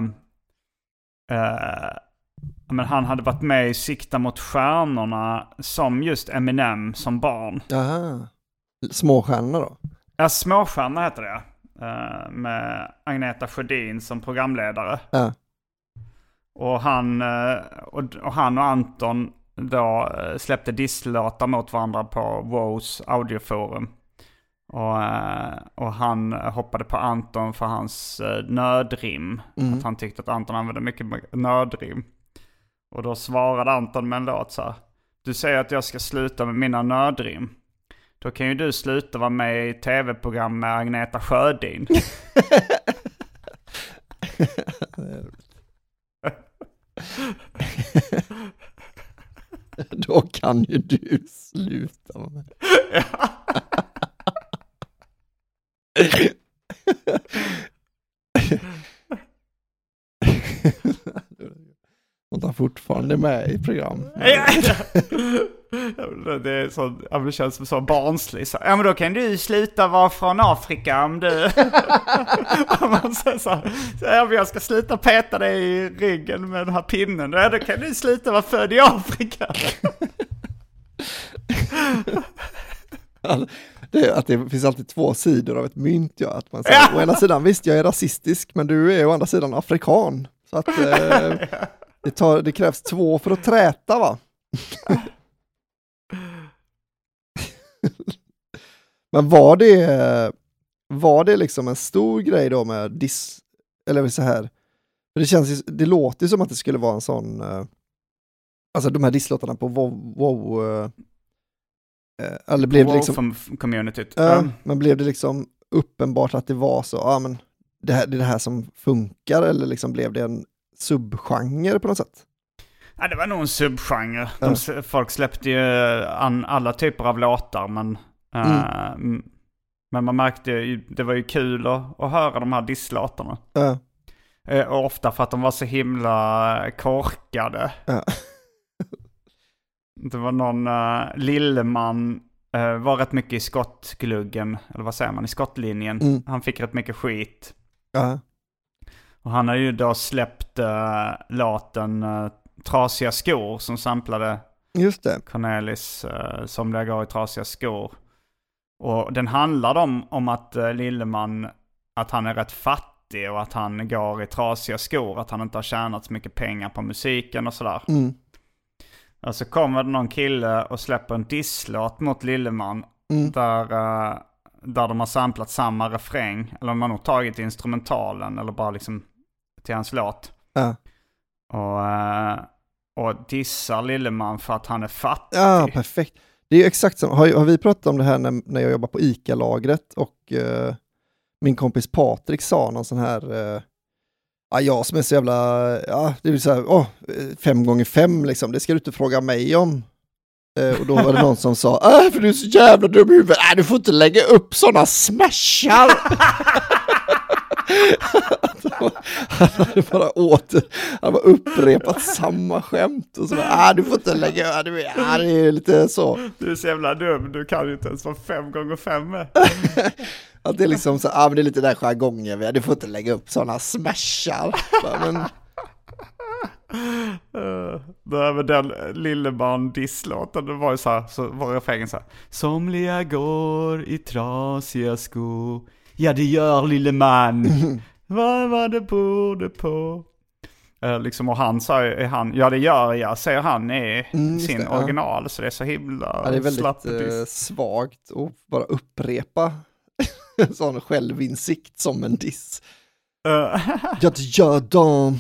men han hade varit med i Sikta mot stjärnorna som just Eminem som barn. Jaha. Småstjärnor då? Ja, Småstjärnor heter det. Med Agneta Sjödin som programledare. Ja. Och han och Anton då släppte disslåtar mot varandra på WoWs audioforum. Och han hoppade på Anton för hans nödrim. Att han tyckte att Anton använde mycket nödrim. Och då svarade Anton med en låt så här: du säger att jag ska sluta med mina nödrim. Då kan ju du sluta vara med i tv-program med Agneta Sjödin. Då kan ju du sluta med. Hon tar fortfarande med i program. Det är så, det känns som så barnsligt. Ja, men då kan du sluta vara från Afrika om du... Man säger så här, jag ska sluta peta dig i ryggen med den här pinnen. Ja, då kan du sluta vara född i Afrika. Att det finns alltid två sidor av ett mynt. Ja. Att man säger, å ena sidan, visst jag är rasistisk, men du är å andra sidan afrikan. Så att det krävs två för att träta, va? Men var det liksom en stor grej då med diss, eller så här? För det låter ju som att det skulle vara en sån, alltså de här disslåtarna på WoW, eller blev det liksom communityt. Men blev det liksom uppenbart att det var så, men det är det här som funkar, eller liksom blev det en subgenre på något sätt? Ja, det var nog en subgenre. Folk släppte ju alla typer av låtar, men man märkte ju, det var ju kul att höra de här disslåtarna. Och ofta för att de var så himla korkade. Det var någon Lilleman var rätt mycket i skottgluggen, eller vad säger man, i skottlinjen. Han fick rätt mycket skit. Och han har ju då släppt låten Trasiga skor som samplade just det. Cornelis som går i trasiga skor. Och den handlar om att Lilleman, att han är rätt fattig och att han går i trasiga skor, att han inte har tjänat så mycket pengar på musiken och sådär. Och så kommer det någon kille och släpper en disslåt mot Lilleman där de har samplat samma refräng, eller man har tagit instrumentalen eller bara liksom till hans låt. Och dissar Lilleman för att han är fattig. Ja, perfekt. Det är ju exakt som, har vi pratat om det här när jag jobbar på ICA-lagret och min kompis Patrik sa någon sån här, jag som är så jävla, det vill säga, 5x5 liksom, det ska du inte fråga mig om. Och då var det någon som sa, för du är så jävla dum i huvudet, du får inte lägga upp sådana smashar. Han bara upprepat samma skämt och så bara, du får inte lägga, det är lite så. Du är så jävla dum, du kan ju inte ens vara 5x5. Att det är liksom så, men det är lite där jargongen, du får inte lägga upp sådana smashar. Men... med den Lilleman-disslåten, det var ju så här, så var refrängen så här: somliga går i trasiga skor, ja det gör Lilleman, vad det borde på. Liksom, och han sa ja det gör jag, säger han i sin original, så det är så himla det är väldigt svagt att bara upprepa sån självinsikt som en diss. Ja det gör de.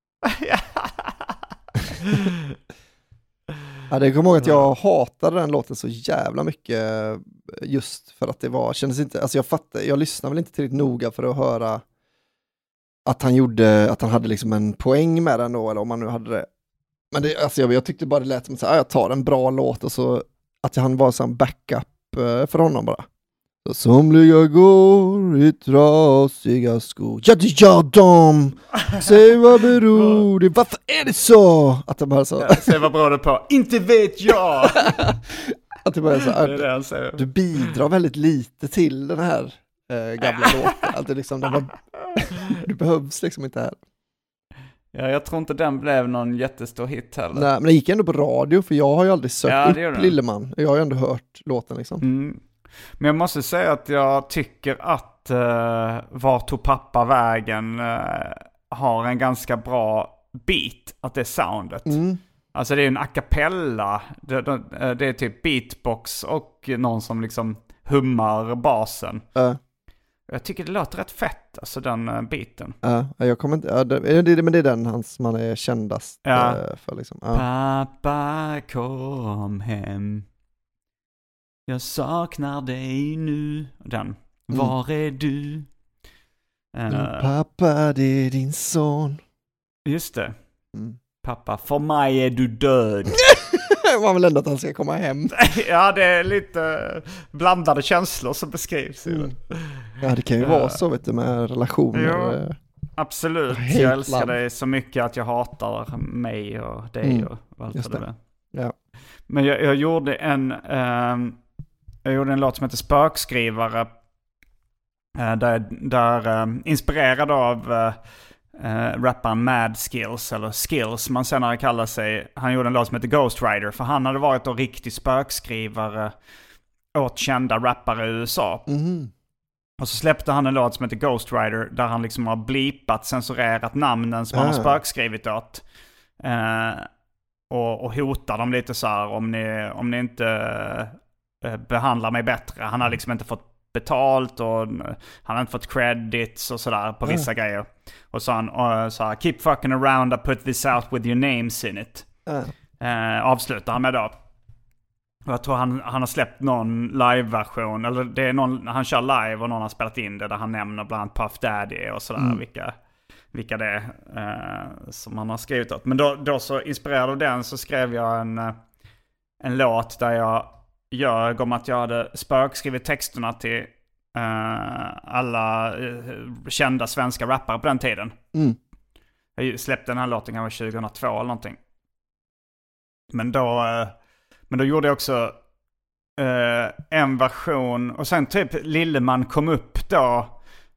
Det kommer ihåg att jag hatade den låten så jävla mycket, just för att det kändes inte, alltså jag lyssnade väl inte tillräckligt noga för att höra att han hade liksom en poäng med den då, eller om man nu hade det. Men det, alltså jag tyckte bara det lät som så här, jag tar en bra låt, och så att han var som backup för honom bara. Så somliga går i trasiga skor, ja det gör de. Säg vad beror det, varför är det så? Att det bara så. Säg vad beror det på, inte vet jag. Att det bara så, det är det han säger. Du bidrar väldigt lite till den här gamla låten. Att det liksom, du behövs liksom inte här. Ja, jag tror inte den blev någon jättestor hit heller. Nej, men det gick ändå på radio, för jag har ju aldrig sökt upp Lilleman. Jag har ju ändå hört låten liksom. Men jag måste säga att jag tycker att Var tog pappa vägen har en ganska bra beat, att det är soundet. Alltså det är en a cappella, det är typ beatbox och någon som liksom hummar basen. Jag tycker det låter rätt fett, alltså den beaten. Jag kommer inte, men det är den man är kändast för liksom. Pappa kom hem, jag saknar dig nu. Den. Var är du? Pappa, det är din son. Just det. Pappa, för mig är du död. Man vill ändå att han ska komma hem. Ja, det är lite blandade känslor som beskrivs. Ja, det kan ju vara så, vet du, med relationer. Ja, absolut. Jag älskar dig så mycket att jag hatar mig och dig och allt just det. Ja. Men jag gjorde en låt som heter Spökskrivare, där inspirerad av rapparen Mad Skills, eller Skills man senare kallar sig. Han gjorde en låt som heter Ghost Rider, för han hade varit en riktig spökskrivare åt kända rappare i USA. Och så släppte han en låt som heter Ghost Rider, där han liksom har blipat, censurerat namnen som han har spökskrivit åt. Och hotar dem lite så här, om ni inte behandlar mig bättre. Han har liksom inte fått betalt, och han har inte fått credits och sådär på vissa grejer. Och så han sa, keep fucking around, I put this out with your names in it. Avslutar han med då. Och jag tror han har släppt någon live-version, eller det är någon han kör live och någon har spelat in det, där han nämner bland annat Puff Daddy och sådär, vilka det är som han har skrivit åt. Men då så inspirerad av den så skrev jag en låt där jag ljög om att jag hade spökskrivit texterna till alla kända svenska rappare på den tiden. Jag släppte den här låten kanske 2002 eller någonting. Men då gjorde jag också en version, och sen typ Lilleman kom upp då.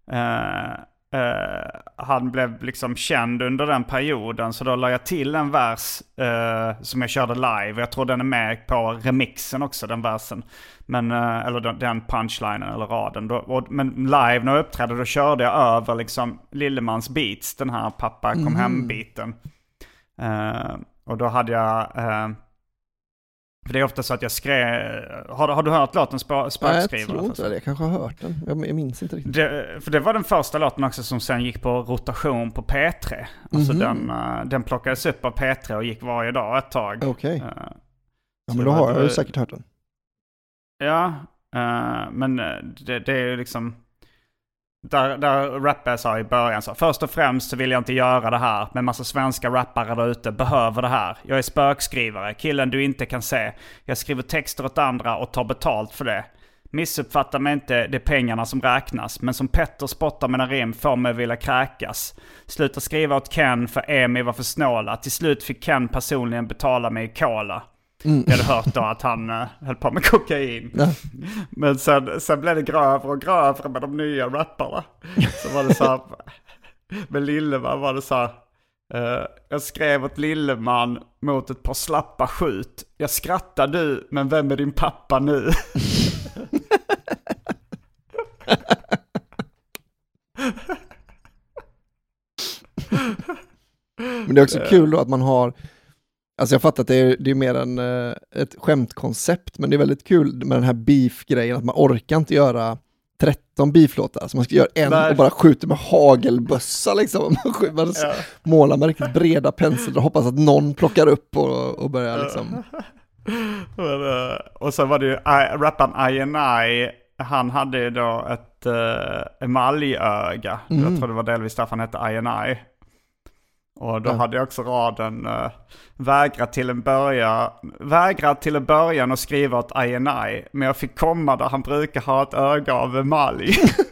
Han blev liksom känd under den perioden, så då la jag till en vers som jag körde live. Jag tror den är med på remixen också, den versen. Men, eller den punchlinen eller raden. Men live när jag uppträdde, då körde jag över liksom Lillemans beats, den här pappa kom hem-biten. Och då hade jag... För det är ofta så att jag skrev... Har du hört låten Spökskrivare? Nej, jag tror inte det. Jag kanske har hört den. Jag minns inte riktigt. För det var den första låten också som sen gick på rotation på P3. Alltså den plockades upp av P3 och gick varje dag ett tag. Okej. Ja, men då har jag ju säkert hört den. Ja, men det är ju liksom... Där rappare sa i början så: först och främst så vill jag inte göra det här, men massa svenska rappare där ute behöver det här. Jag är spökskrivare, killen du inte kan se. Jag skriver texter åt andra och tar betalt för det. Missuppfatta mig inte, det är pengarna som räknas. Men som Petter spottar mina rim får mig vilja kräkas. Sluta skriva åt Ken för Emi var för snåla. Till slut fick Ken personligen betala mig i cola. Jag hade hört då att han höll på med kokain. Ja. Men sen blev det grövre och grövre med de nya rapparna. Så var det så här, med Lilleman var det så här, jag skrev åt Lilleman mot ett par slappa skjut. Jag skrattar du, men vem är din pappa nu? Men det är också kul då att man har, alltså jag fattar att det är mer än ett skämtkoncept, men det är väldigt kul med den här beef-grejen, att man orkar inte göra 13 beeflåtar, så man ska göra en och bara skjuta med hagelbössa liksom. Man målar med riktigt breda penslar och hoppas att någon plockar upp och börjar liksom. Och så var det ju rapparen I&I, han hade ju då ett emaljöga. Jag tror det var delvis därför han hette I&I. Och då hade jag också raden vägra till en början och skriva åt I&I, men jag fick komma där han brukar ha ett öga av emalj.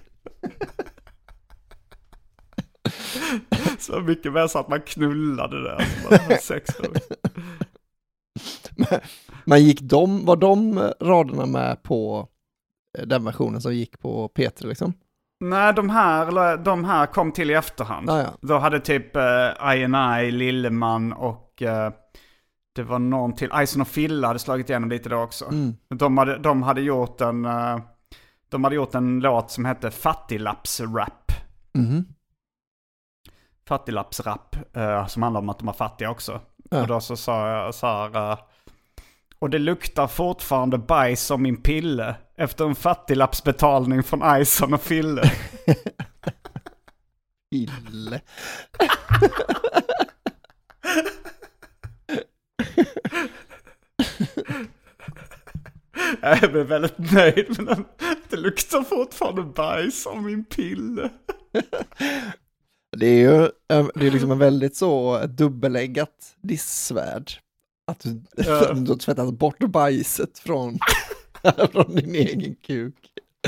Så mycket mer så att man knullade det. Men var de raderna med på den versionen som gick på P3 liksom? Nej, de här kom till i efterhand. Ah, ja. Då hade typ I&I, Lilleman och det var någon till. Ison och Filla hade slagit igenom lite då också. De hade gjort en låt som hette Fattiglappsrap. Fattiglappsrap, som handlar om att de är fattiga också. Ja. Och då så sa jag så här: och det luktar fortfarande bajs om min pille efter en fattiglappsbetalning från Ison och Fille. Fille. Jag blev väldigt nöjd med den. Det luktar fortfarande bajs om min pille. Det är ju liksom en väldigt så dubbeläggat dissvärd. Att du har tvättat bort bajset från din egen kuk.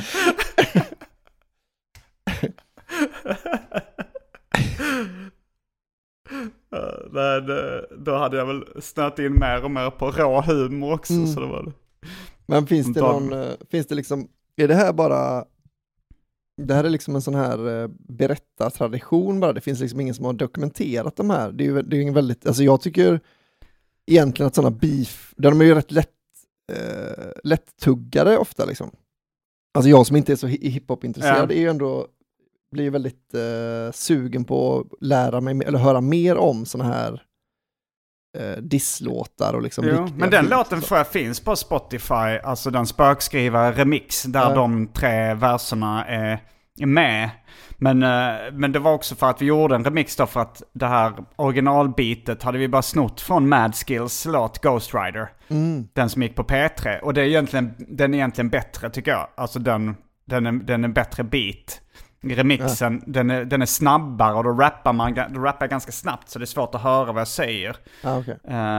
Då hade jag väl snöat in mer och mer på rå humor också. Så det var det. Men finns det liksom, är det här bara, det här är liksom en sån här berättartradition bara, det finns liksom ingen som har dokumenterat de här, det är ju väldigt, alltså jag tycker egentligen att sådana beef, de är ju rätt lätt-tuggade ofta liksom. Alltså jag som inte är så hiphop-intresserad är ju ändå, blir väldigt sugen på att lära mig eller höra mer om sådana här disslåtar och liksom. Men den låten tror jag finns på Spotify, alltså den spökskrivare remix där de 3 verserna är med. Men det var också för att vi gjorde en remix då, för att det här originalbeatet hade vi bara snott från Mad Skills låt Ghost Rider. Den som gick på P3. Och det är den är egentligen bättre tycker jag. Alltså den är en bättre beat. Remixen, den är snabbare och då rappar jag ganska snabbt så det är svårt att höra vad jag säger. Okay.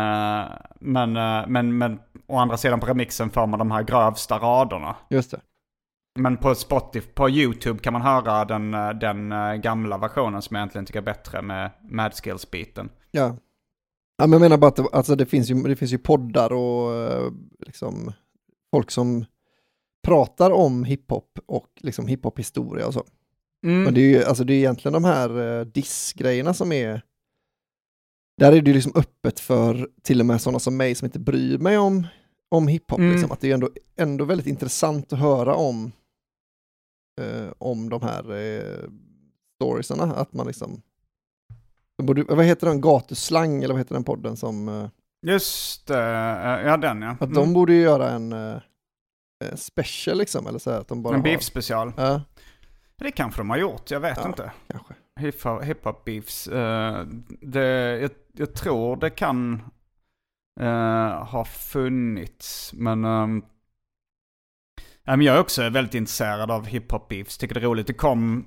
Men å andra sidan på remixen får man de här grövsta raderna. Just det. Men på Spotify, på YouTube kan man höra den gamla versionen som jag egentligen tycker är bättre med Mad Skills-biten. Ja. Ja, men jag menar bara att alltså det finns ju poddar och liksom folk som pratar om hiphop och liksom hiphop-historia och så. Men det är ju alltså det är egentligen de här diss-grejerna som är, där är det ju liksom öppet för till och med sådana som mig som inte bryr mig om hiphop liksom, att det är ändå väldigt intressant att höra om de här storiesarna, att man liksom vad heter den, gatuslang eller vad heter den podden som just ja den ja. Att de borde ju göra en special liksom, eller så här, att de bara en beef special. Ja. Det kanske de har gjort, jag vet inte. Kanske. Hiphop beefs. Jag tror det kan ha funnits, men Men jag är också väldigt intresserad av hiphop-beefs. Tycker det är roligt. Det kom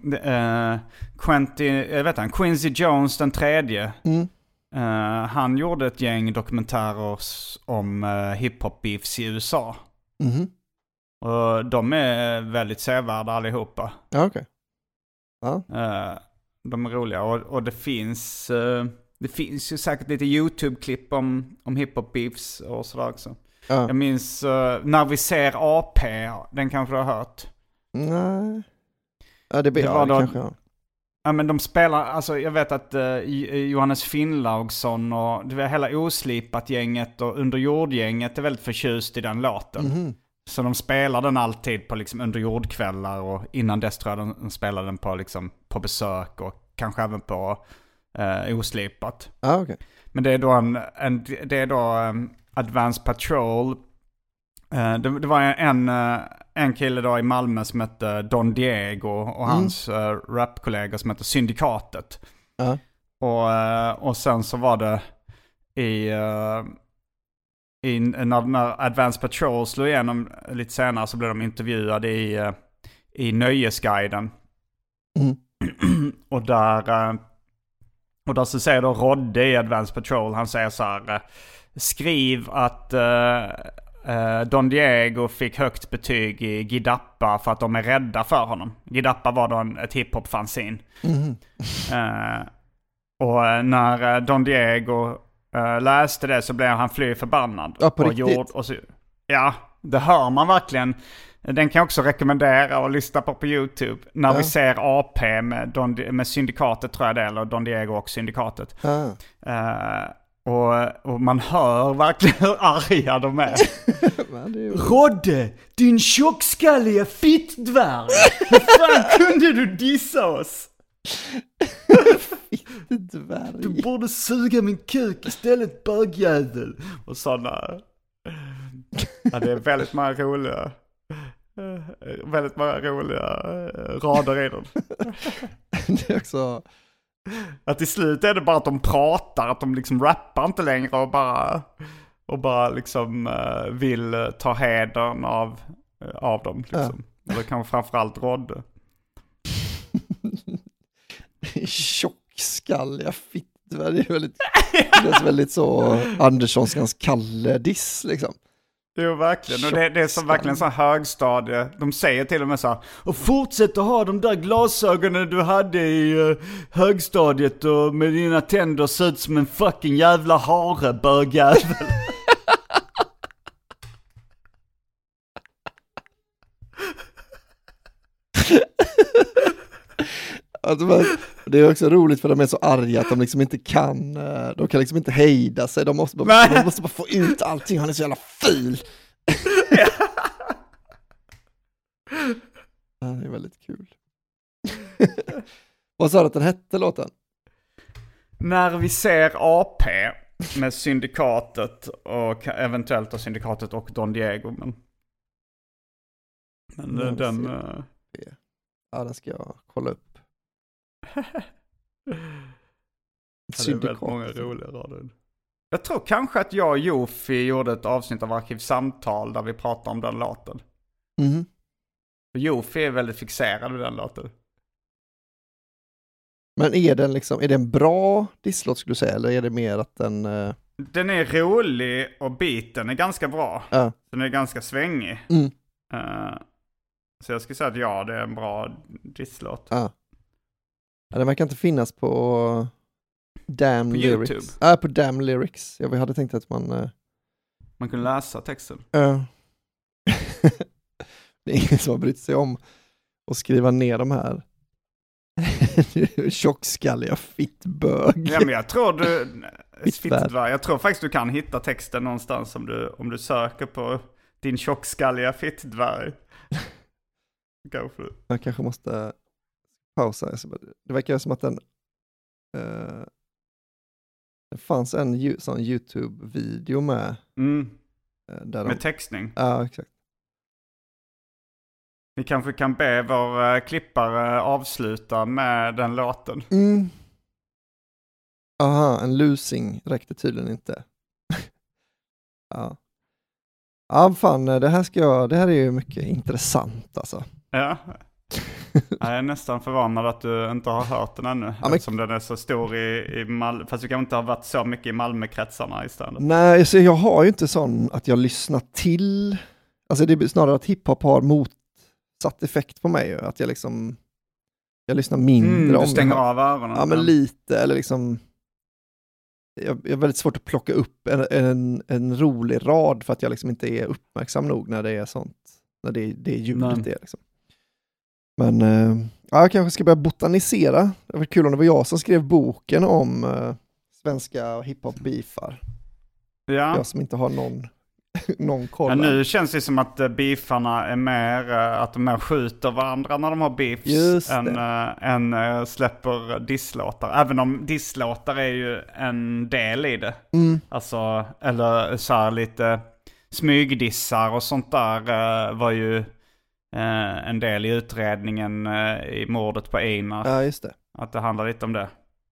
Quincy Jones den tredje. Han gjorde ett gäng dokumentärer om hiphop-beefs i USA. Och de är väldigt sevärda allihopa. Ja, okej. Ja. De är roliga. Och det finns ju säkert lite YouTube-klipp om hiphop-beefs och sådär också. Ja. Jag minns När vi ser AP, den kanske du har hört? Nej. Ja, det var då, kanske. Ja, men de spelar, alltså jag vet att Johannes Finnlaugsson och det var hela Oslipat-gänget och Underjordgänget är väldigt förtjust i den låten. Så de spelar den alltid på liksom underjordkvällar, och innan dess tror jag de spelade den på, liksom, på besök och kanske även på Oslipat. Okay. Men det är då Advanced Patrol. Det var en kille då i Malmö som hette Don Diego och hans rapkollega som hette Syndikatet. Och sen så var det när Advanced Patrol slog igenom lite senare, så blev de intervjuade i Nöjesguiden. Och där så säger då Rodde i Advanced Patrol, han säger så här: skriv att Don Diego fick högt betyg i Gidappa för att de är rädda för honom. Gidappa var då ett hiphop-fanzine. Och när Don Diego läste det så blev han fly förbannad. Ja, på riktigt? Ja, det hör man verkligen. Den kan jag också rekommendera att lyssna på YouTube. När vi ser AP med Syndikatet, tror jag det är, eller Don Diego och Syndikatet. Och man hör verkligen hur arga de är. Rodde, din tjockskalliga fittdvärg! Hur fan kunde du dissa oss? Fittdvärg. Du borde suga min kuk istället, bögjävel. Och sådana. Ja, det är väldigt många roliga rader i den. Det är också... Att till slut är det bara att de pratar, att de liksom rappar inte längre och bara liksom vill ta hedern av dem liksom. Eller kanske framförallt Rodde. Tjockskalliga fittdvärg, det är väldigt så Anderssons Kalle-diss liksom. Det är verkligen, och det är som verkligen så högstadie. De säger till och med så här: och fortsätt att ha de där glasögonen du hade i högstadiet och med dina tänder ser ut som en fucking jävla hare, bögjävel. Det är också roligt för de är så arga att de liksom inte kan, de kan liksom inte hejda sig, de måste bara få ut allting, han är så jävla ful. Det är väldigt kul. Vad sa du att den hette, låten? När vi ser AP med Syndikatet och eventuellt av Syndikatet och Don Diego, men den... Ja, den ska jag kolla upp. Det är väldigt många roliga rader. Jag tror kanske att jag och Jofi gjorde ett avsnitt av Arkivsamtal där vi pratade om den låten. Jofi är väldigt fixerad vid den låten. Men är det en bra disslåt, skulle du säga, eller är det mer att den... Den är rolig och beaten är ganska bra. Den är ganska svängig. Så jag skulle säga att det är en bra disslåt. Ja, den verkar inte finnas på Damn Lyrics. YouTube? På Damn Lyrics. Jag hade tänkt att man kunde läsa texten. Det är ingen som har brytt sig om att skriva ner de här tjockskalliga fittbög. Ja, men jag tror jag tror faktiskt du kan hitta texten någonstans om du söker på din tjockskalliga fittdvärg. Go for it. Jag kanske måste pausa. Det verkar som att det fanns en sån YouTube-video med. Med textning. Ja, exakt. Vi kanske kan be vår klippare avsluta med den låten. Aha, en losing räckte tydligen inte. Ja. Ja, fan, det här är ju mycket intressant alltså. Ja. Jag är nästan förvånad att du inte har hört den ännu. Ja, eftersom den är så stor i Malmö. Fast du kan inte ha varit så mycket i Malmö-kretsarna istället. Nej, så jag har ju inte sån att jag lyssnar till. Alltså det är snarare att hiphop har motsatt effekt på mig. Att jag lyssnar mindre om du stänger av öronen. Ja, men lite. Eller liksom... Jag är väldigt svårt att plocka upp en rolig rad för att jag liksom inte är uppmärksam nog när det är sånt. När det ljudet är liksom. Men jag kanske ska börja botanisera. Det var kul om det var jag som skrev boken om svenska hiphop-beefar. Ja. Jag som inte har någon koll. Ja, nu känns det som att beefarna är mer att de skjuter varandra när de har beefs än släpper disslåtar. Även om disslåtar är ju en del i det. Alltså, eller så här lite smygdissar och sånt där var ju en del i utredningen i mordet på Einar. Ja, just det. Att det handlar lite om det.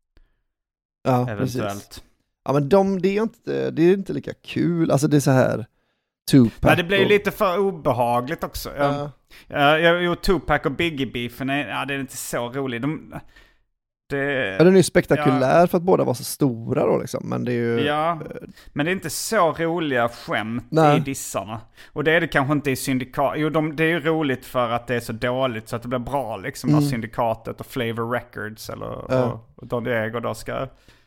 Ja, eventuellt. Precis. Ja, men det är inte lika kul. Alltså det är så här Tupac. Nej, det blir lite för obehagligt också. Tupac och Biggie-beefen det är inte så roligt. Den är ju spektakulär för att båda var så stora då liksom. Men det är ju... Ja, men det är inte så roliga skämt i dissarna. Och det är det kanske inte i syndikat. Jo, det är ju roligt för att det är så dåligt så att det blir bra liksom. När syndikatet och Flavor Records och Don Diego då ska...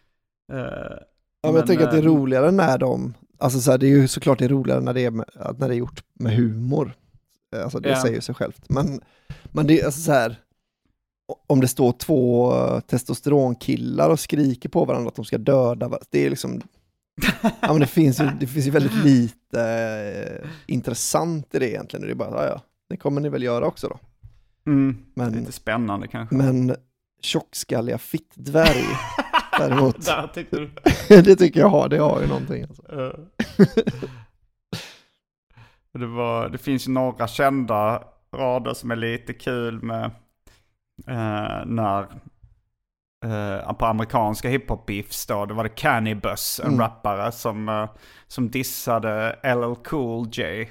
men jag tänker att det är roligare när alltså så här, det är ju såklart det är roligare när det är gjort med humor. Alltså det säger ju sig självt. Men det är alltså så här, om det står 2 testosteronkillar och skriker på varandra att de ska döda varandra, det är liksom men det finns ju väldigt lite intressant i det egentligen. Det är bara det kommer ni väl göra också då. Men lite spännande kanske. Men tjockskalliga fittdvärg däremot. Där tycker du. Det tycker jag det har ju någonting alltså. Det finns ju några kända rader som är lite kul med när på amerikanska hiphop-beefs då, det var det Cannibus, en rappare som dissade LL Cool J.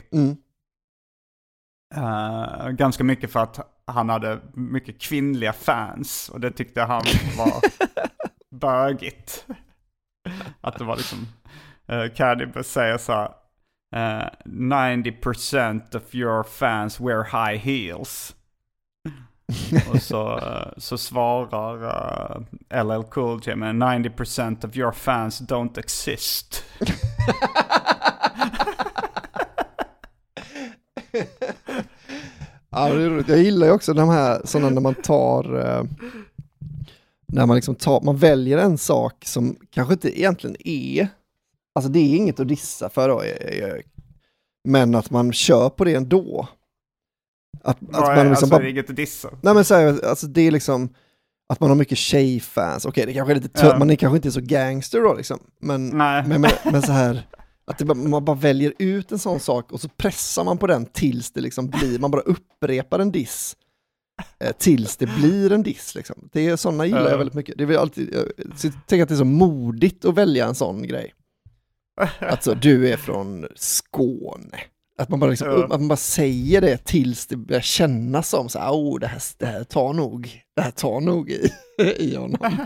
Ganska mycket för att han hade mycket kvinnliga fans och det tyckte han var bögigt. Att det var liksom Cannibus säger så här, 90% of your fans wear high heels. Och så svarar LL Cool J med 90% of your fans don't exist. Ja, det är roligt. Jag gillar ju också de här sådana när man man väljer en sak som kanske inte egentligen är, alltså det är inget att dissa för då, men att man kör på det ändå. Att man liksom det är inget att dissa. Nej, men så här, alltså det är liksom att man har mycket tjejfans. Okej, det kanske är lite man är kanske inte så gangster då liksom, men så här att man bara väljer ut en sån sak och så pressar man på den tills det liksom blir, man bara upprepar en diss tills det blir en diss liksom. Det är såna gillar jag väldigt mycket. Det är väl alltid, jag tänker att det är så modigt att välja en sån grej. Alltså, du är från Skåne. Att man bara liksom, att man bara säger det tills det börjar kännas som så här, det här tar nog i honom.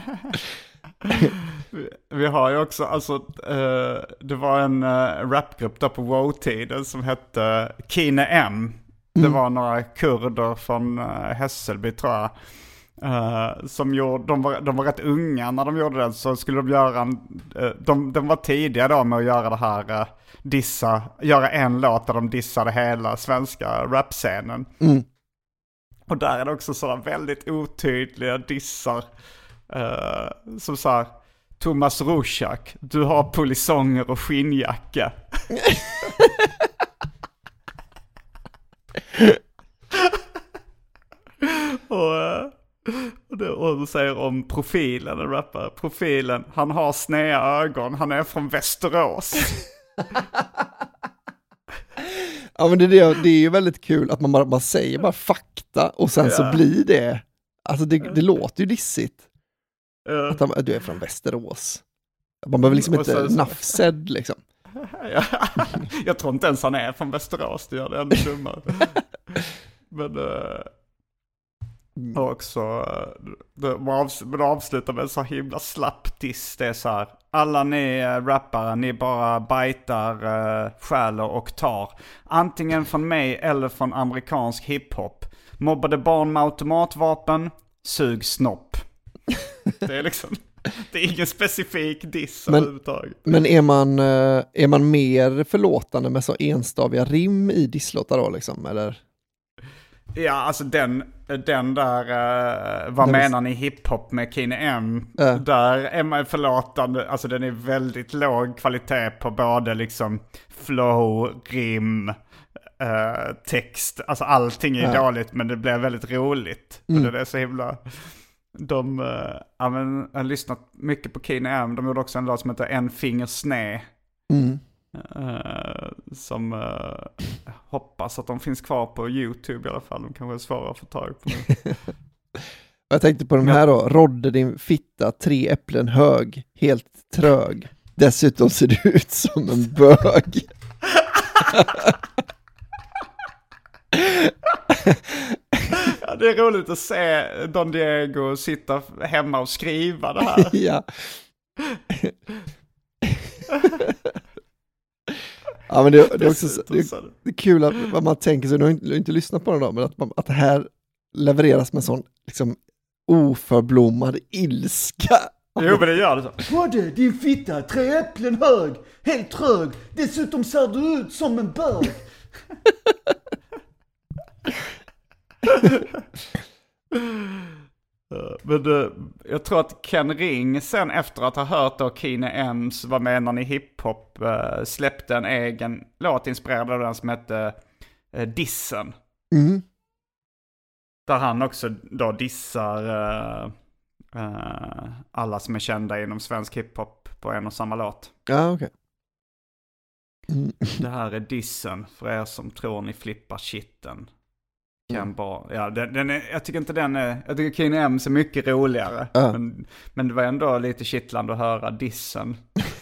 Vi har ju också, alltså det var en rapgrupp där på WoW-tiden som hette Kine M. Det var några kurder från Hässelby tror jag. Som gjorde, de var rätt unga när de gjorde den, så skulle de göra de var tidiga då med att göra det här göra en låt där de dissade hela svenska rapscenen. Och där är det också sådana väldigt otydliga dissar som så här: Thomas Ruschak, du har polisonger och skinnjacka. Och du säger om Profilen, en rappare. Profilen, han har sneda ögon, han är från Västerås. Ja, men det är ju väldigt kul att man bara säger bara fakta och sen så blir det, alltså det låter ju dissigt. Att du är från Västerås. Man behöver liksom inte nafsed liksom. Jag tror inte ens han är från Västerås, det gör det ännu dummare. Men också, de avslutar med en så himla slapp diss. Det är så här: alla ni rappare, ni bara bajtar, stjäler och tar. Antingen från mig eller från amerikansk hiphop. Mobbade barn med automatvapen, sug snopp. Det är liksom, det är ingen specifik diss överhuvudtaget. Men är man mer förlåtande med så enstaviga rim i disslåtar då liksom, eller? Ja, alltså den där, vad menar ni hiphop med Kine M? Där är man förlåtande, alltså den är väldigt låg kvalitet på både liksom flow, rim, text. Alltså allting är dåligt, men det blir väldigt roligt. Och det är så himla... jag har lyssnat mycket på Kine M. De gjorde också en låt som heter En finger snä. Som hoppas att de finns kvar på YouTube i alla fall. De kanske är svåra att få tag på nu. Jag tänkte på den här då. Rodde din fitta 3 äpplen hög, helt trög. Dessutom ser du ut som en bög. Ja, det är roligt att se Don Diego sitta hemma och skriva det här. Ja. Ja, men det är också det är kul att man tänker sig, du har inte lyssnat på den då, men att det här levereras med sån liksom oförblommad ilska. Jo, men det gör det så. Rodde, din fitta, 3 äpplen hög, helt trög, dessutom ser du ut som en bög. Men jag tror att Ken Ring sen efter att ha hört då Kine M's Vad menar ni hiphop släppte en egen låt inspirerad av den som hette Dissen. Där han också då dissar alla som är kända inom svensk hiphop på en och samma låt. Ja, okej. Det här är dissen för er som tror ni flippar shitten. Ja, jag tycker inte den är... Jag tycker Kine M är mycket roligare. Men det var ändå lite kittlande att höra dissen.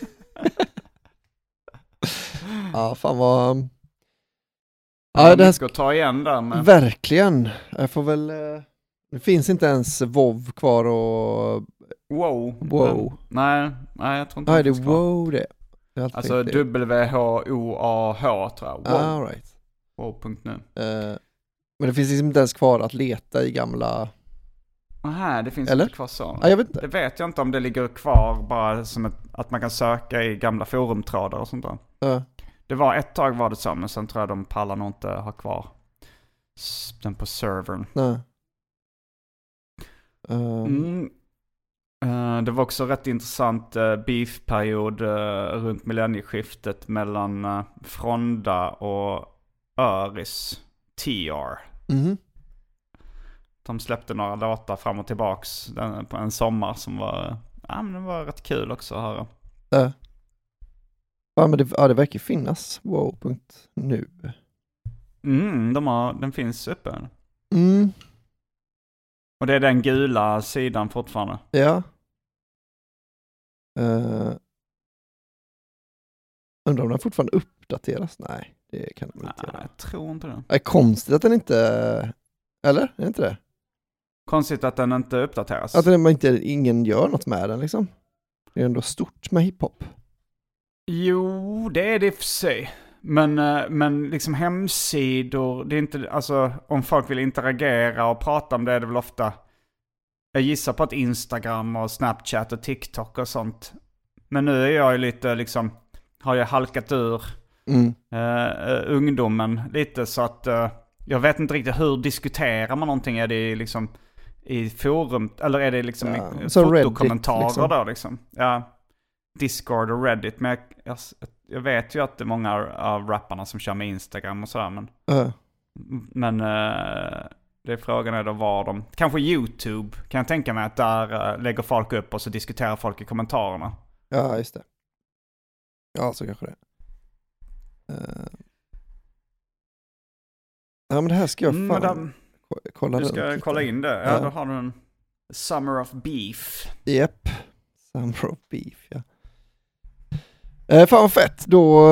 Ja, fan vad... Ja, det här ska ta igen där med. Verkligen. Jag får väl... Det finns inte ens WoW kvar och... Wow. Nej, jag tror inte det är WoW det. Alltså WHOAH tror jag. Wow. All right. Wow.nu. Men det finns liksom inte ens kvar att leta i gamla... Aha, det finns eller? Inte kvar så. Ja, jag vet inte. Det vet jag inte om det ligger kvar bara som att man kan söka i gamla forumtrådar och sånt där. Det var ett tag var det så, men sen tror jag de pallar nog inte ha kvar den på servern. Nej. Det var också rätt intressant beefperiod runt millennieskiftet mellan Fronda och Öris TR. De släppte några låtar fram och tillbaks på en sommar som var, men det var rätt kul också att höra. Ja, men det verkar finnas wow.nu. Den finns uppe. Och det är den gula sidan fortfarande. Ja. Undrar om den fortfarande uppdateras? Nej, det kan den inte göra. Jag tror inte det. Det är konstigt att den inte... Eller? Är det inte det? Konstigt att den inte uppdateras. Att ingen gör något med den liksom. Det är ändå stort med hiphop. Jo, det är det för sig. Men liksom hemsidor, det är inte, alltså om folk vill interagera och prata om det är det väl ofta, jag gissar på att Instagram och Snapchat och TikTok och sånt. Men nu är jag ju lite liksom, har jag halkat ur ungdomen lite så att jag vet inte riktigt hur diskuterar man någonting. Är det liksom i forum eller är det liksom i fotokommentarer liksom. Då liksom? Ja, Discord och Reddit. Men jag vet ju att det är många av rapparna som kör med Instagram och sådär. Men det är frågan är då var de... Kanske YouTube kan jag tänka mig att där lägger folk upp och så diskuterar folk i kommentarerna. Ja, just det. Ja, så kanske det. Ja, men det här ska jag fan kolla. Du ska kolla in det. Ja, då har du en Summer of Beef. Japp. Summer of Beef, ja. Fan vad fett.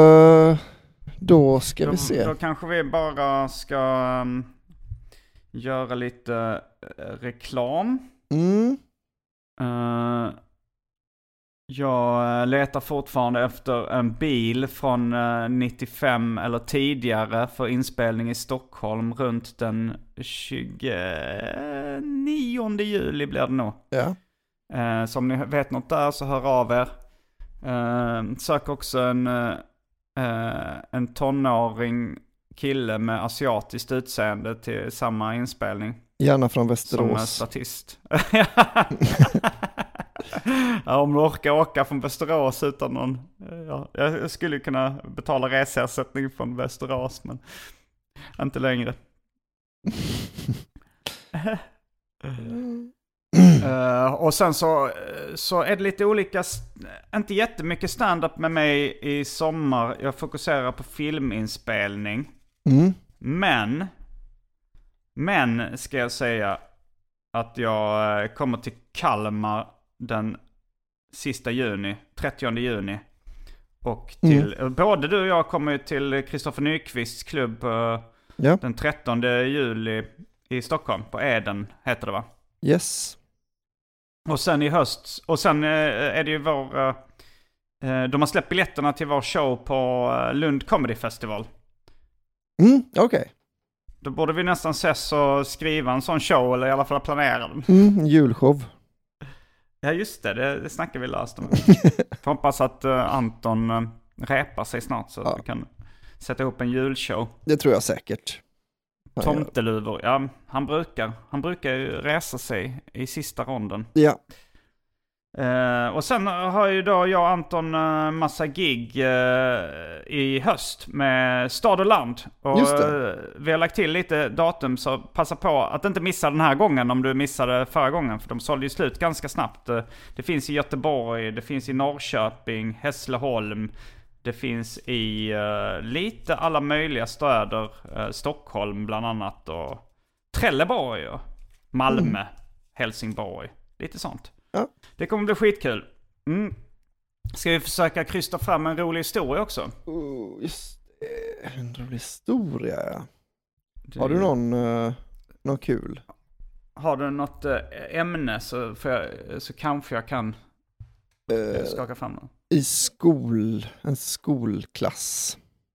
Då ska vi se. Då kanske vi bara ska göra lite reklam. Jag letar fortfarande efter en bil från 95 eller tidigare för inspelning i Stockholm runt den 29 juli blir det nog. Ja. Så om ni vet något där så hör av er. Sök också en tonåring kille med asiatiskt utseende till samma inspelning. Gärna från Västerås. Som statist. Ja, om du orkar åka från Västerås utan någon... Ja, jag skulle kunna betala reseersättning från Västerås, men inte längre. Och sen så är det lite olika, inte jättemycket stand-up med mig i sommar. Jag fokuserar på filminspelning. Men ska jag säga att jag kommer till Kalmar den sista juni, 30 juni. Och till, både du och jag kommer till Kristoffer Nyqvists klubb den 13 juli i Stockholm, på Eden heter det va? Yes. Och sen i höst, och sen är det ju de har släppt biljetterna till vår show på Lund Comedy Festival. Okej. Då borde vi nästan ses och skriva en sån show, eller i alla fall planera den. Julshow. Ja just det snackar vi löst om. Får hoppas att Anton repar sig snart så att vi kan sätta ihop en julshow. Det tror jag säkert. Tomteluvor, ja han brukar ju resa sig i sista ronden. Ja. Och sen har ju då jag och Anton massa gig i höst med Stad och Land. Och vi har lagt till lite datum, så passa på att inte missa den här gången om du missade förra gången. För de sålde ju slut ganska snabbt. Det finns i Göteborg, det finns i Norrköping, Hässleholm. Det finns i lite alla möjliga städer. Stockholm bland annat. Och Trelleborg och Malmö, Helsingborg. Lite sånt. Ja. Det kommer bli skitkul. Ska vi försöka krysta fram en rolig historia också? Just en rolig historia, ja. Har du någon kul? Har du något ämne så kanske jag kan skaka fram något. I en skolklass.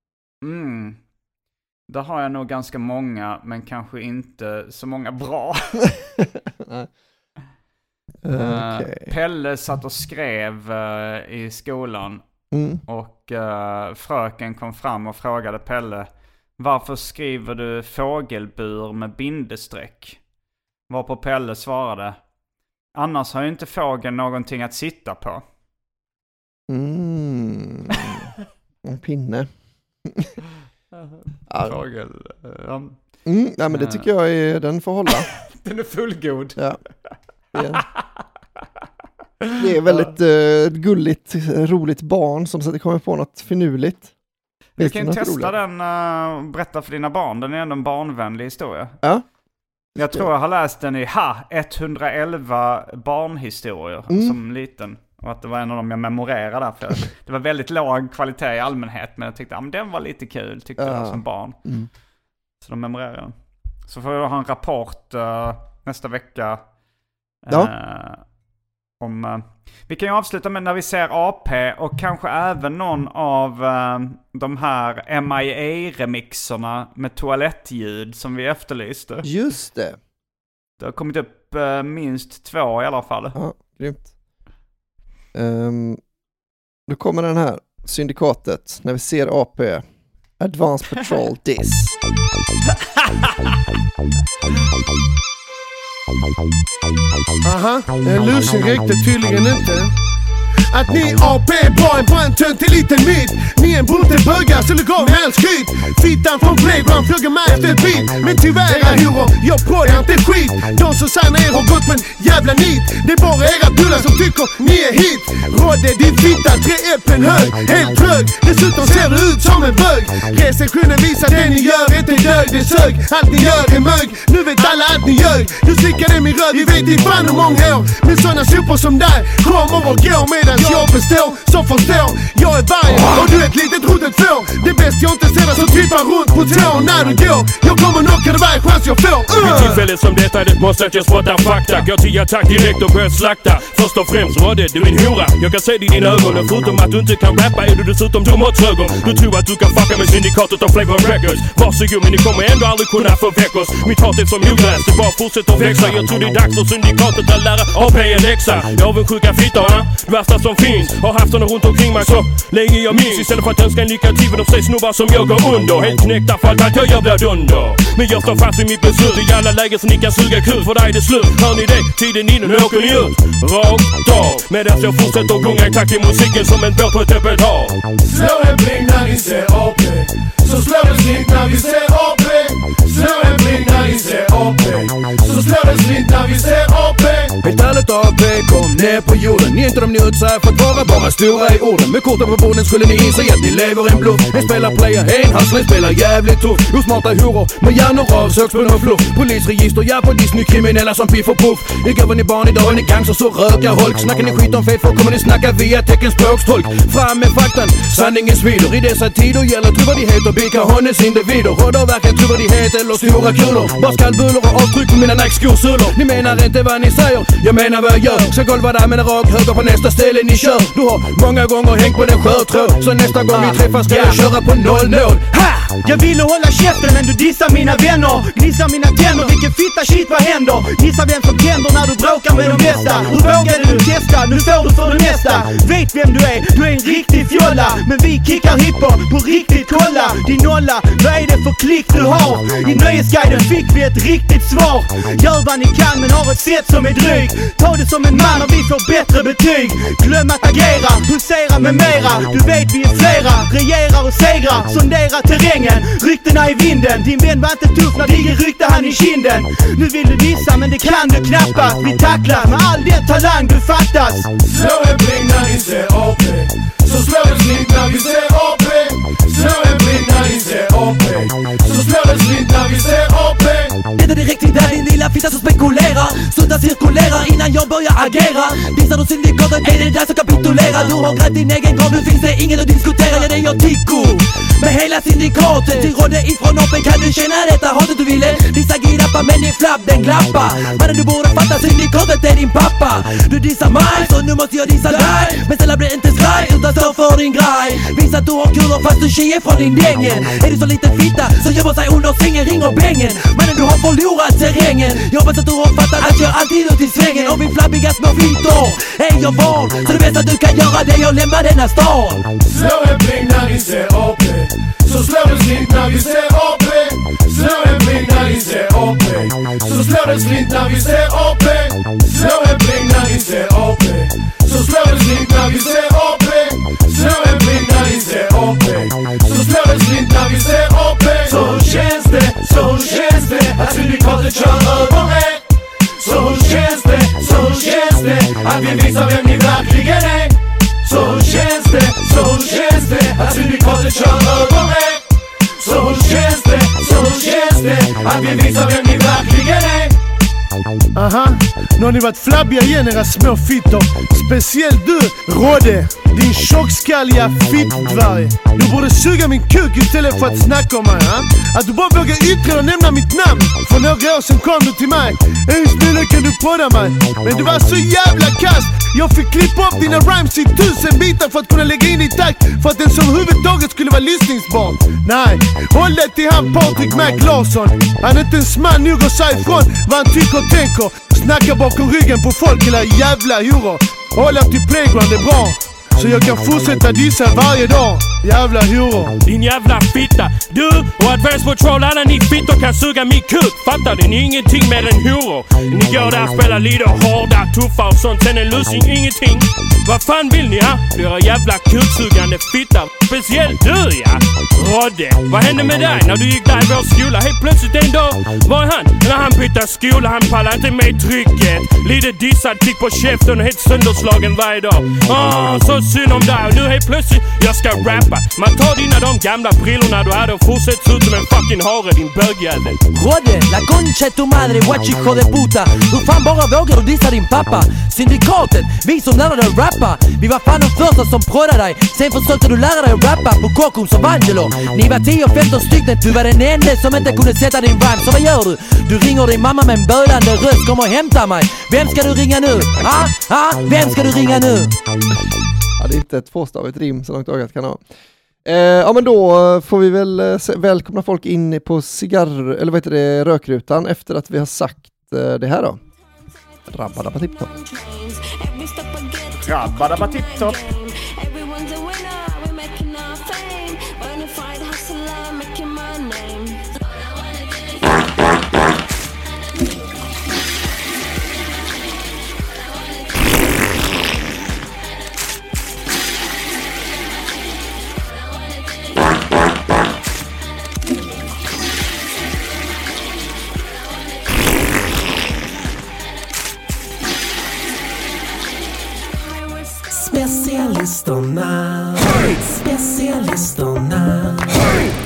Där har jag nog ganska många, men kanske inte så många bra. Nej. Pelle satt och skrev i skolan och fröken kom fram och frågade Pelle: varför skriver du fågelbur med bindestreck? Varpå Pelle svarade: annars har ju inte fågeln någonting att sitta på. En pinne. Fågel. Nej men det tycker jag den får hålla. Den är fullgod. Ja. Det är väldigt gulligt, roligt barn som kommer på något finurligt. Du kan ju testa den och berätta för dina barn. Den är ändå en barnvänlig historia. Ja. Jag tror jag har läst den i 111 barnhistorier som liten. Och att det var en av dem jag memorerade. För det var väldigt låg kvalitet i allmänhet. Men jag tyckte att den var lite kul tyckte jag som barn. Så de memorerade den. Så får jag ha en rapport nästa vecka. Vi kan ju avsluta med när vi ser AP och kanske även någon av de här MIA-remixerna med toalettljud som vi efterlyste. Just det. Det har kommit upp minst 2 i alla fall. Ja, grymt. Då kommer den här syndikatet när vi ser AP. Advanced Patrol Diss. Aha, en lusing räckte tydligen inte. Att ni AP var en brandtönt till liten mitt. Ni är en bunte bögar så lägg av med all skit. Fittan från playground frågar mig efter ett beat. Men tyvärr era horor, jag proddar inte skit. De som sannar er har gått på en jävla nit. Det är bara era bullar som tycker ni är hit. Rodde din fitta, 3 äpplen hög, helt trög. Dessutom ser du ut som en bög. Recensionen visar det ni gör inte dög, det sög. Allt ni gör är mög, nu vet alla att ni ljög. Du slickade min röv, vi vet inte fan hur många år. Med såna sopor som där kommer och går medan chans jag består. Så förstår, jag är vargen och du är ett litet rotet får. Det är bäst jag inte ser dig som trippar runt på tå när du går. Jag kommer knocka dig varje chans jag får. Vid tillfälle som detta det måste att jag spottar fakta. Går till attack direkt och börjar slakta. Först och främst var det du är en hora. Jag kan se det i dina ögon. Och förutom att du inte kan rappa är du dessutom dum åt höger. Du tror att du kan fucka med syndikatet av Flavor Records. Varsågod men ni kommer ändå aldrig kunna förväcka oss. Mitt hat är som ogräs, det bara fortsätter att växa. Jag tror det är dags för syndikatet att lära AP en läxa. Jag har en sjuka fittarna, det värsta som finns. Har haft såna runt omkring mig så länge jag minns. Istället för att önska en lycka till för de säger snubbar som jag går under. Helt knäckta för att jag blir dunder. Men jag står fast i mitt beslut i alla lägen så ni kan suga kul. För dig är det slut, hör ni det? Tiden innan nu åker ni ut. Rakt av, medan jag fortsätter att gunga i takt i musiken som en båt på ett öppet hav. Slå en bling när ni ser AP. Så slår det slint när vi ser AP. Slå en bling när ni ser AP. Så slår det slint när vi ser AP. Helt ärligt AP, kom ner på jorden. Ni är inte de ni utsäger för att vara bara stora i orden. Med korten på borden skulle ni inse att ni lever en bluff. Ni spelar player, en hustler spelar jävligt tuff. Osmarta horor med hjärnor av sökspön och fluff. Polisregister, ja på Disney, kriminella som piff och puff. Igår var ni barn, idag är ni gangster så rökar holk. Snackar ni skit om fet folk kommer ni snacka via teckenspråkstolk. Fram med faktan, sanningen svider. I dessa tider gäller trovärdighet och bika honnes individer. Och då verkar trovärdighet eller stora kulor. Bara skallbulor och avtryck på mina Nike-skosulor. Ni menar inte vad ni säger, jag menar vad jag gör. Så golva där med en rak höger på nästa ställe ni kör. Du har många gånger hängt på den skörtråd. Så nästa gång vi träffas ska jag köra på 0-0. Ha! Jag ville hålla käften men du dissar mina vänner. Gnissar mina tänder, vilken fitta shit vad händer? Gissa vem som tänder när du bråkar med de bästa. Hur vågade du testa? Nu får du för det mesta. Vet vem du är en riktig fjolla. Men vi kickar hiphop på riktigt, kolla. Din nolla, vad är det för klick du har? I nöjesguiden fick vi ett riktigt svar. Gör vad ni kan men har ett sätt som är dryg. Ta det som en man och vi får bättre betyg. Glöm att agera, husera med mera. Du vet vi är flera, regerar och segrar. Sondera terrängen, ryktena i vinden. Din vän var inte tuff när det ryckte han i kinden. Nu vill du dissa men det kan du knappast. Bli tacklad med all den talang du fattas. Slå en bling när ni ser AP. Så slår det slint när vi ser AP. Slå en bling när ni ser AP. Så slår det slint när vi ser AP. Det är direkt till där din lilla fitta som spekulerar. Sluta cirkulera innan jag börjar agera. Dissar du syndikaten är det där som kapitulerar. Du har grävt din egen grav, nu finns det inget att diskutera. Ja, det är jag Tico med hela syndikatet. Till rådet ifrån oppen kan du känna detta hatet du ville. Dissa girappa men din flabb den glappar. Mannen du borde fatta syndikatet är din pappa. Du dissar mig så nu måste jag dissa dig. Men snälla bli inte skraj utan stå för din grej. Visa att du har kulor fast du tjejer från din dängen. Är du så liten fitta så gömmer sig under sängen, ring och bängen. Mannen du har förlorat terrängen. Jag hoppas att du har fattat att jag alltid ut i svängen. Och min flabbiga små fittor är jag van. Så det bästa du kan göra det är att lämna denna stad. Slå en bling när ni ser AP. Så slår det slint när vi ser AP. Slå en bling när ni ser AP. Så slår det slint när vi ser AP. Slå en bling när ni ser AP. Så slår det slint när vi ser AP. Slå en bling när ni ser AP. Så slår det slint när vi ser AP. Så hur känns det att syndikatet kör över er? Så hur känns det att vi visar vem ni verkligen är? Så hur känns det att syndikatet kör över er? Så hur känns det att vi visar vem ni verkligen är? Aha, nu har ni varit flabbiga igen era små fittor. Speciellt du, Råde, din tjockskalliga fittdvärg. Du borde suga min kuk istället för att snacka om mig, ha? Att du bara vågar yttra och nämna mitt namn. För några år sedan kom du till mig. Snälla kan du podda mig? Men du var så jävla kast. Jag fick klippa upp dina rhymes i 1000 bitar för att kunna lägga in i takt. För att den som huvudtaget skulle vara lyssningsbar. Nej, håll det till han Patrik McLarsson. Han är inte ens man nog att säga ifrån vad han tycker och tänker. Snacka bakom ryggen på folk eller jävla horor. Håll till playground är bra. Så jag kan fortsätta dissa varje dag. Jävla horor. Din jävla fitta. Du och Advance Patrol, alla ni fittor kan suga min kuk. Fattar ni? Ni är ingenting med en horor. Ni går där och spelar lite hårda, tuffa och sånt. Sen en lusing, ingenting. Vad fan vill ni, ha? Era jävla kuksugande fitta. Speciellt du, ja. Rodde, vad hände med dig när du gick där i vår skola? Helt plötsligt en dag var han, när han bytte skola, han pallar inte med trycket. Lite dissad, fick på käften och helt sönderslagen varje dag. Så synd om dig, och nu helt plötsligt jag ska rappa. Man tar dina de gamla brillorna du hade och fortsätter ut som en fucking hare, din bögjävel. Rodde, la concha de tu madre, watch hijo de puta. Hur fan bara vågar du dissa din pappa? Syndikatet, vi som lärde dig rappa. Vi var fan de första som proddade dig. Sen försökte du lära dig att rappa på Kockums och Angelo. Ni var 10-15 stycken, du var den enda som inte kunde sätta din rhyme. Så vad gör du? Du ringer din mamma med en bölande röst, kom och hämta mig. Vem ska du ringa nu? Vem ska du ringa nu? Ja, det är inte ett tvåstavigt rim så långt ögat kan ha. Ja, men då får vi väl välkomna folk in på rökrutan efter att vi har sagt det här då. Rabba-dabba-tipp-topp. Rabba-dabba-tipp-topp. Specialisterna, specialisterna.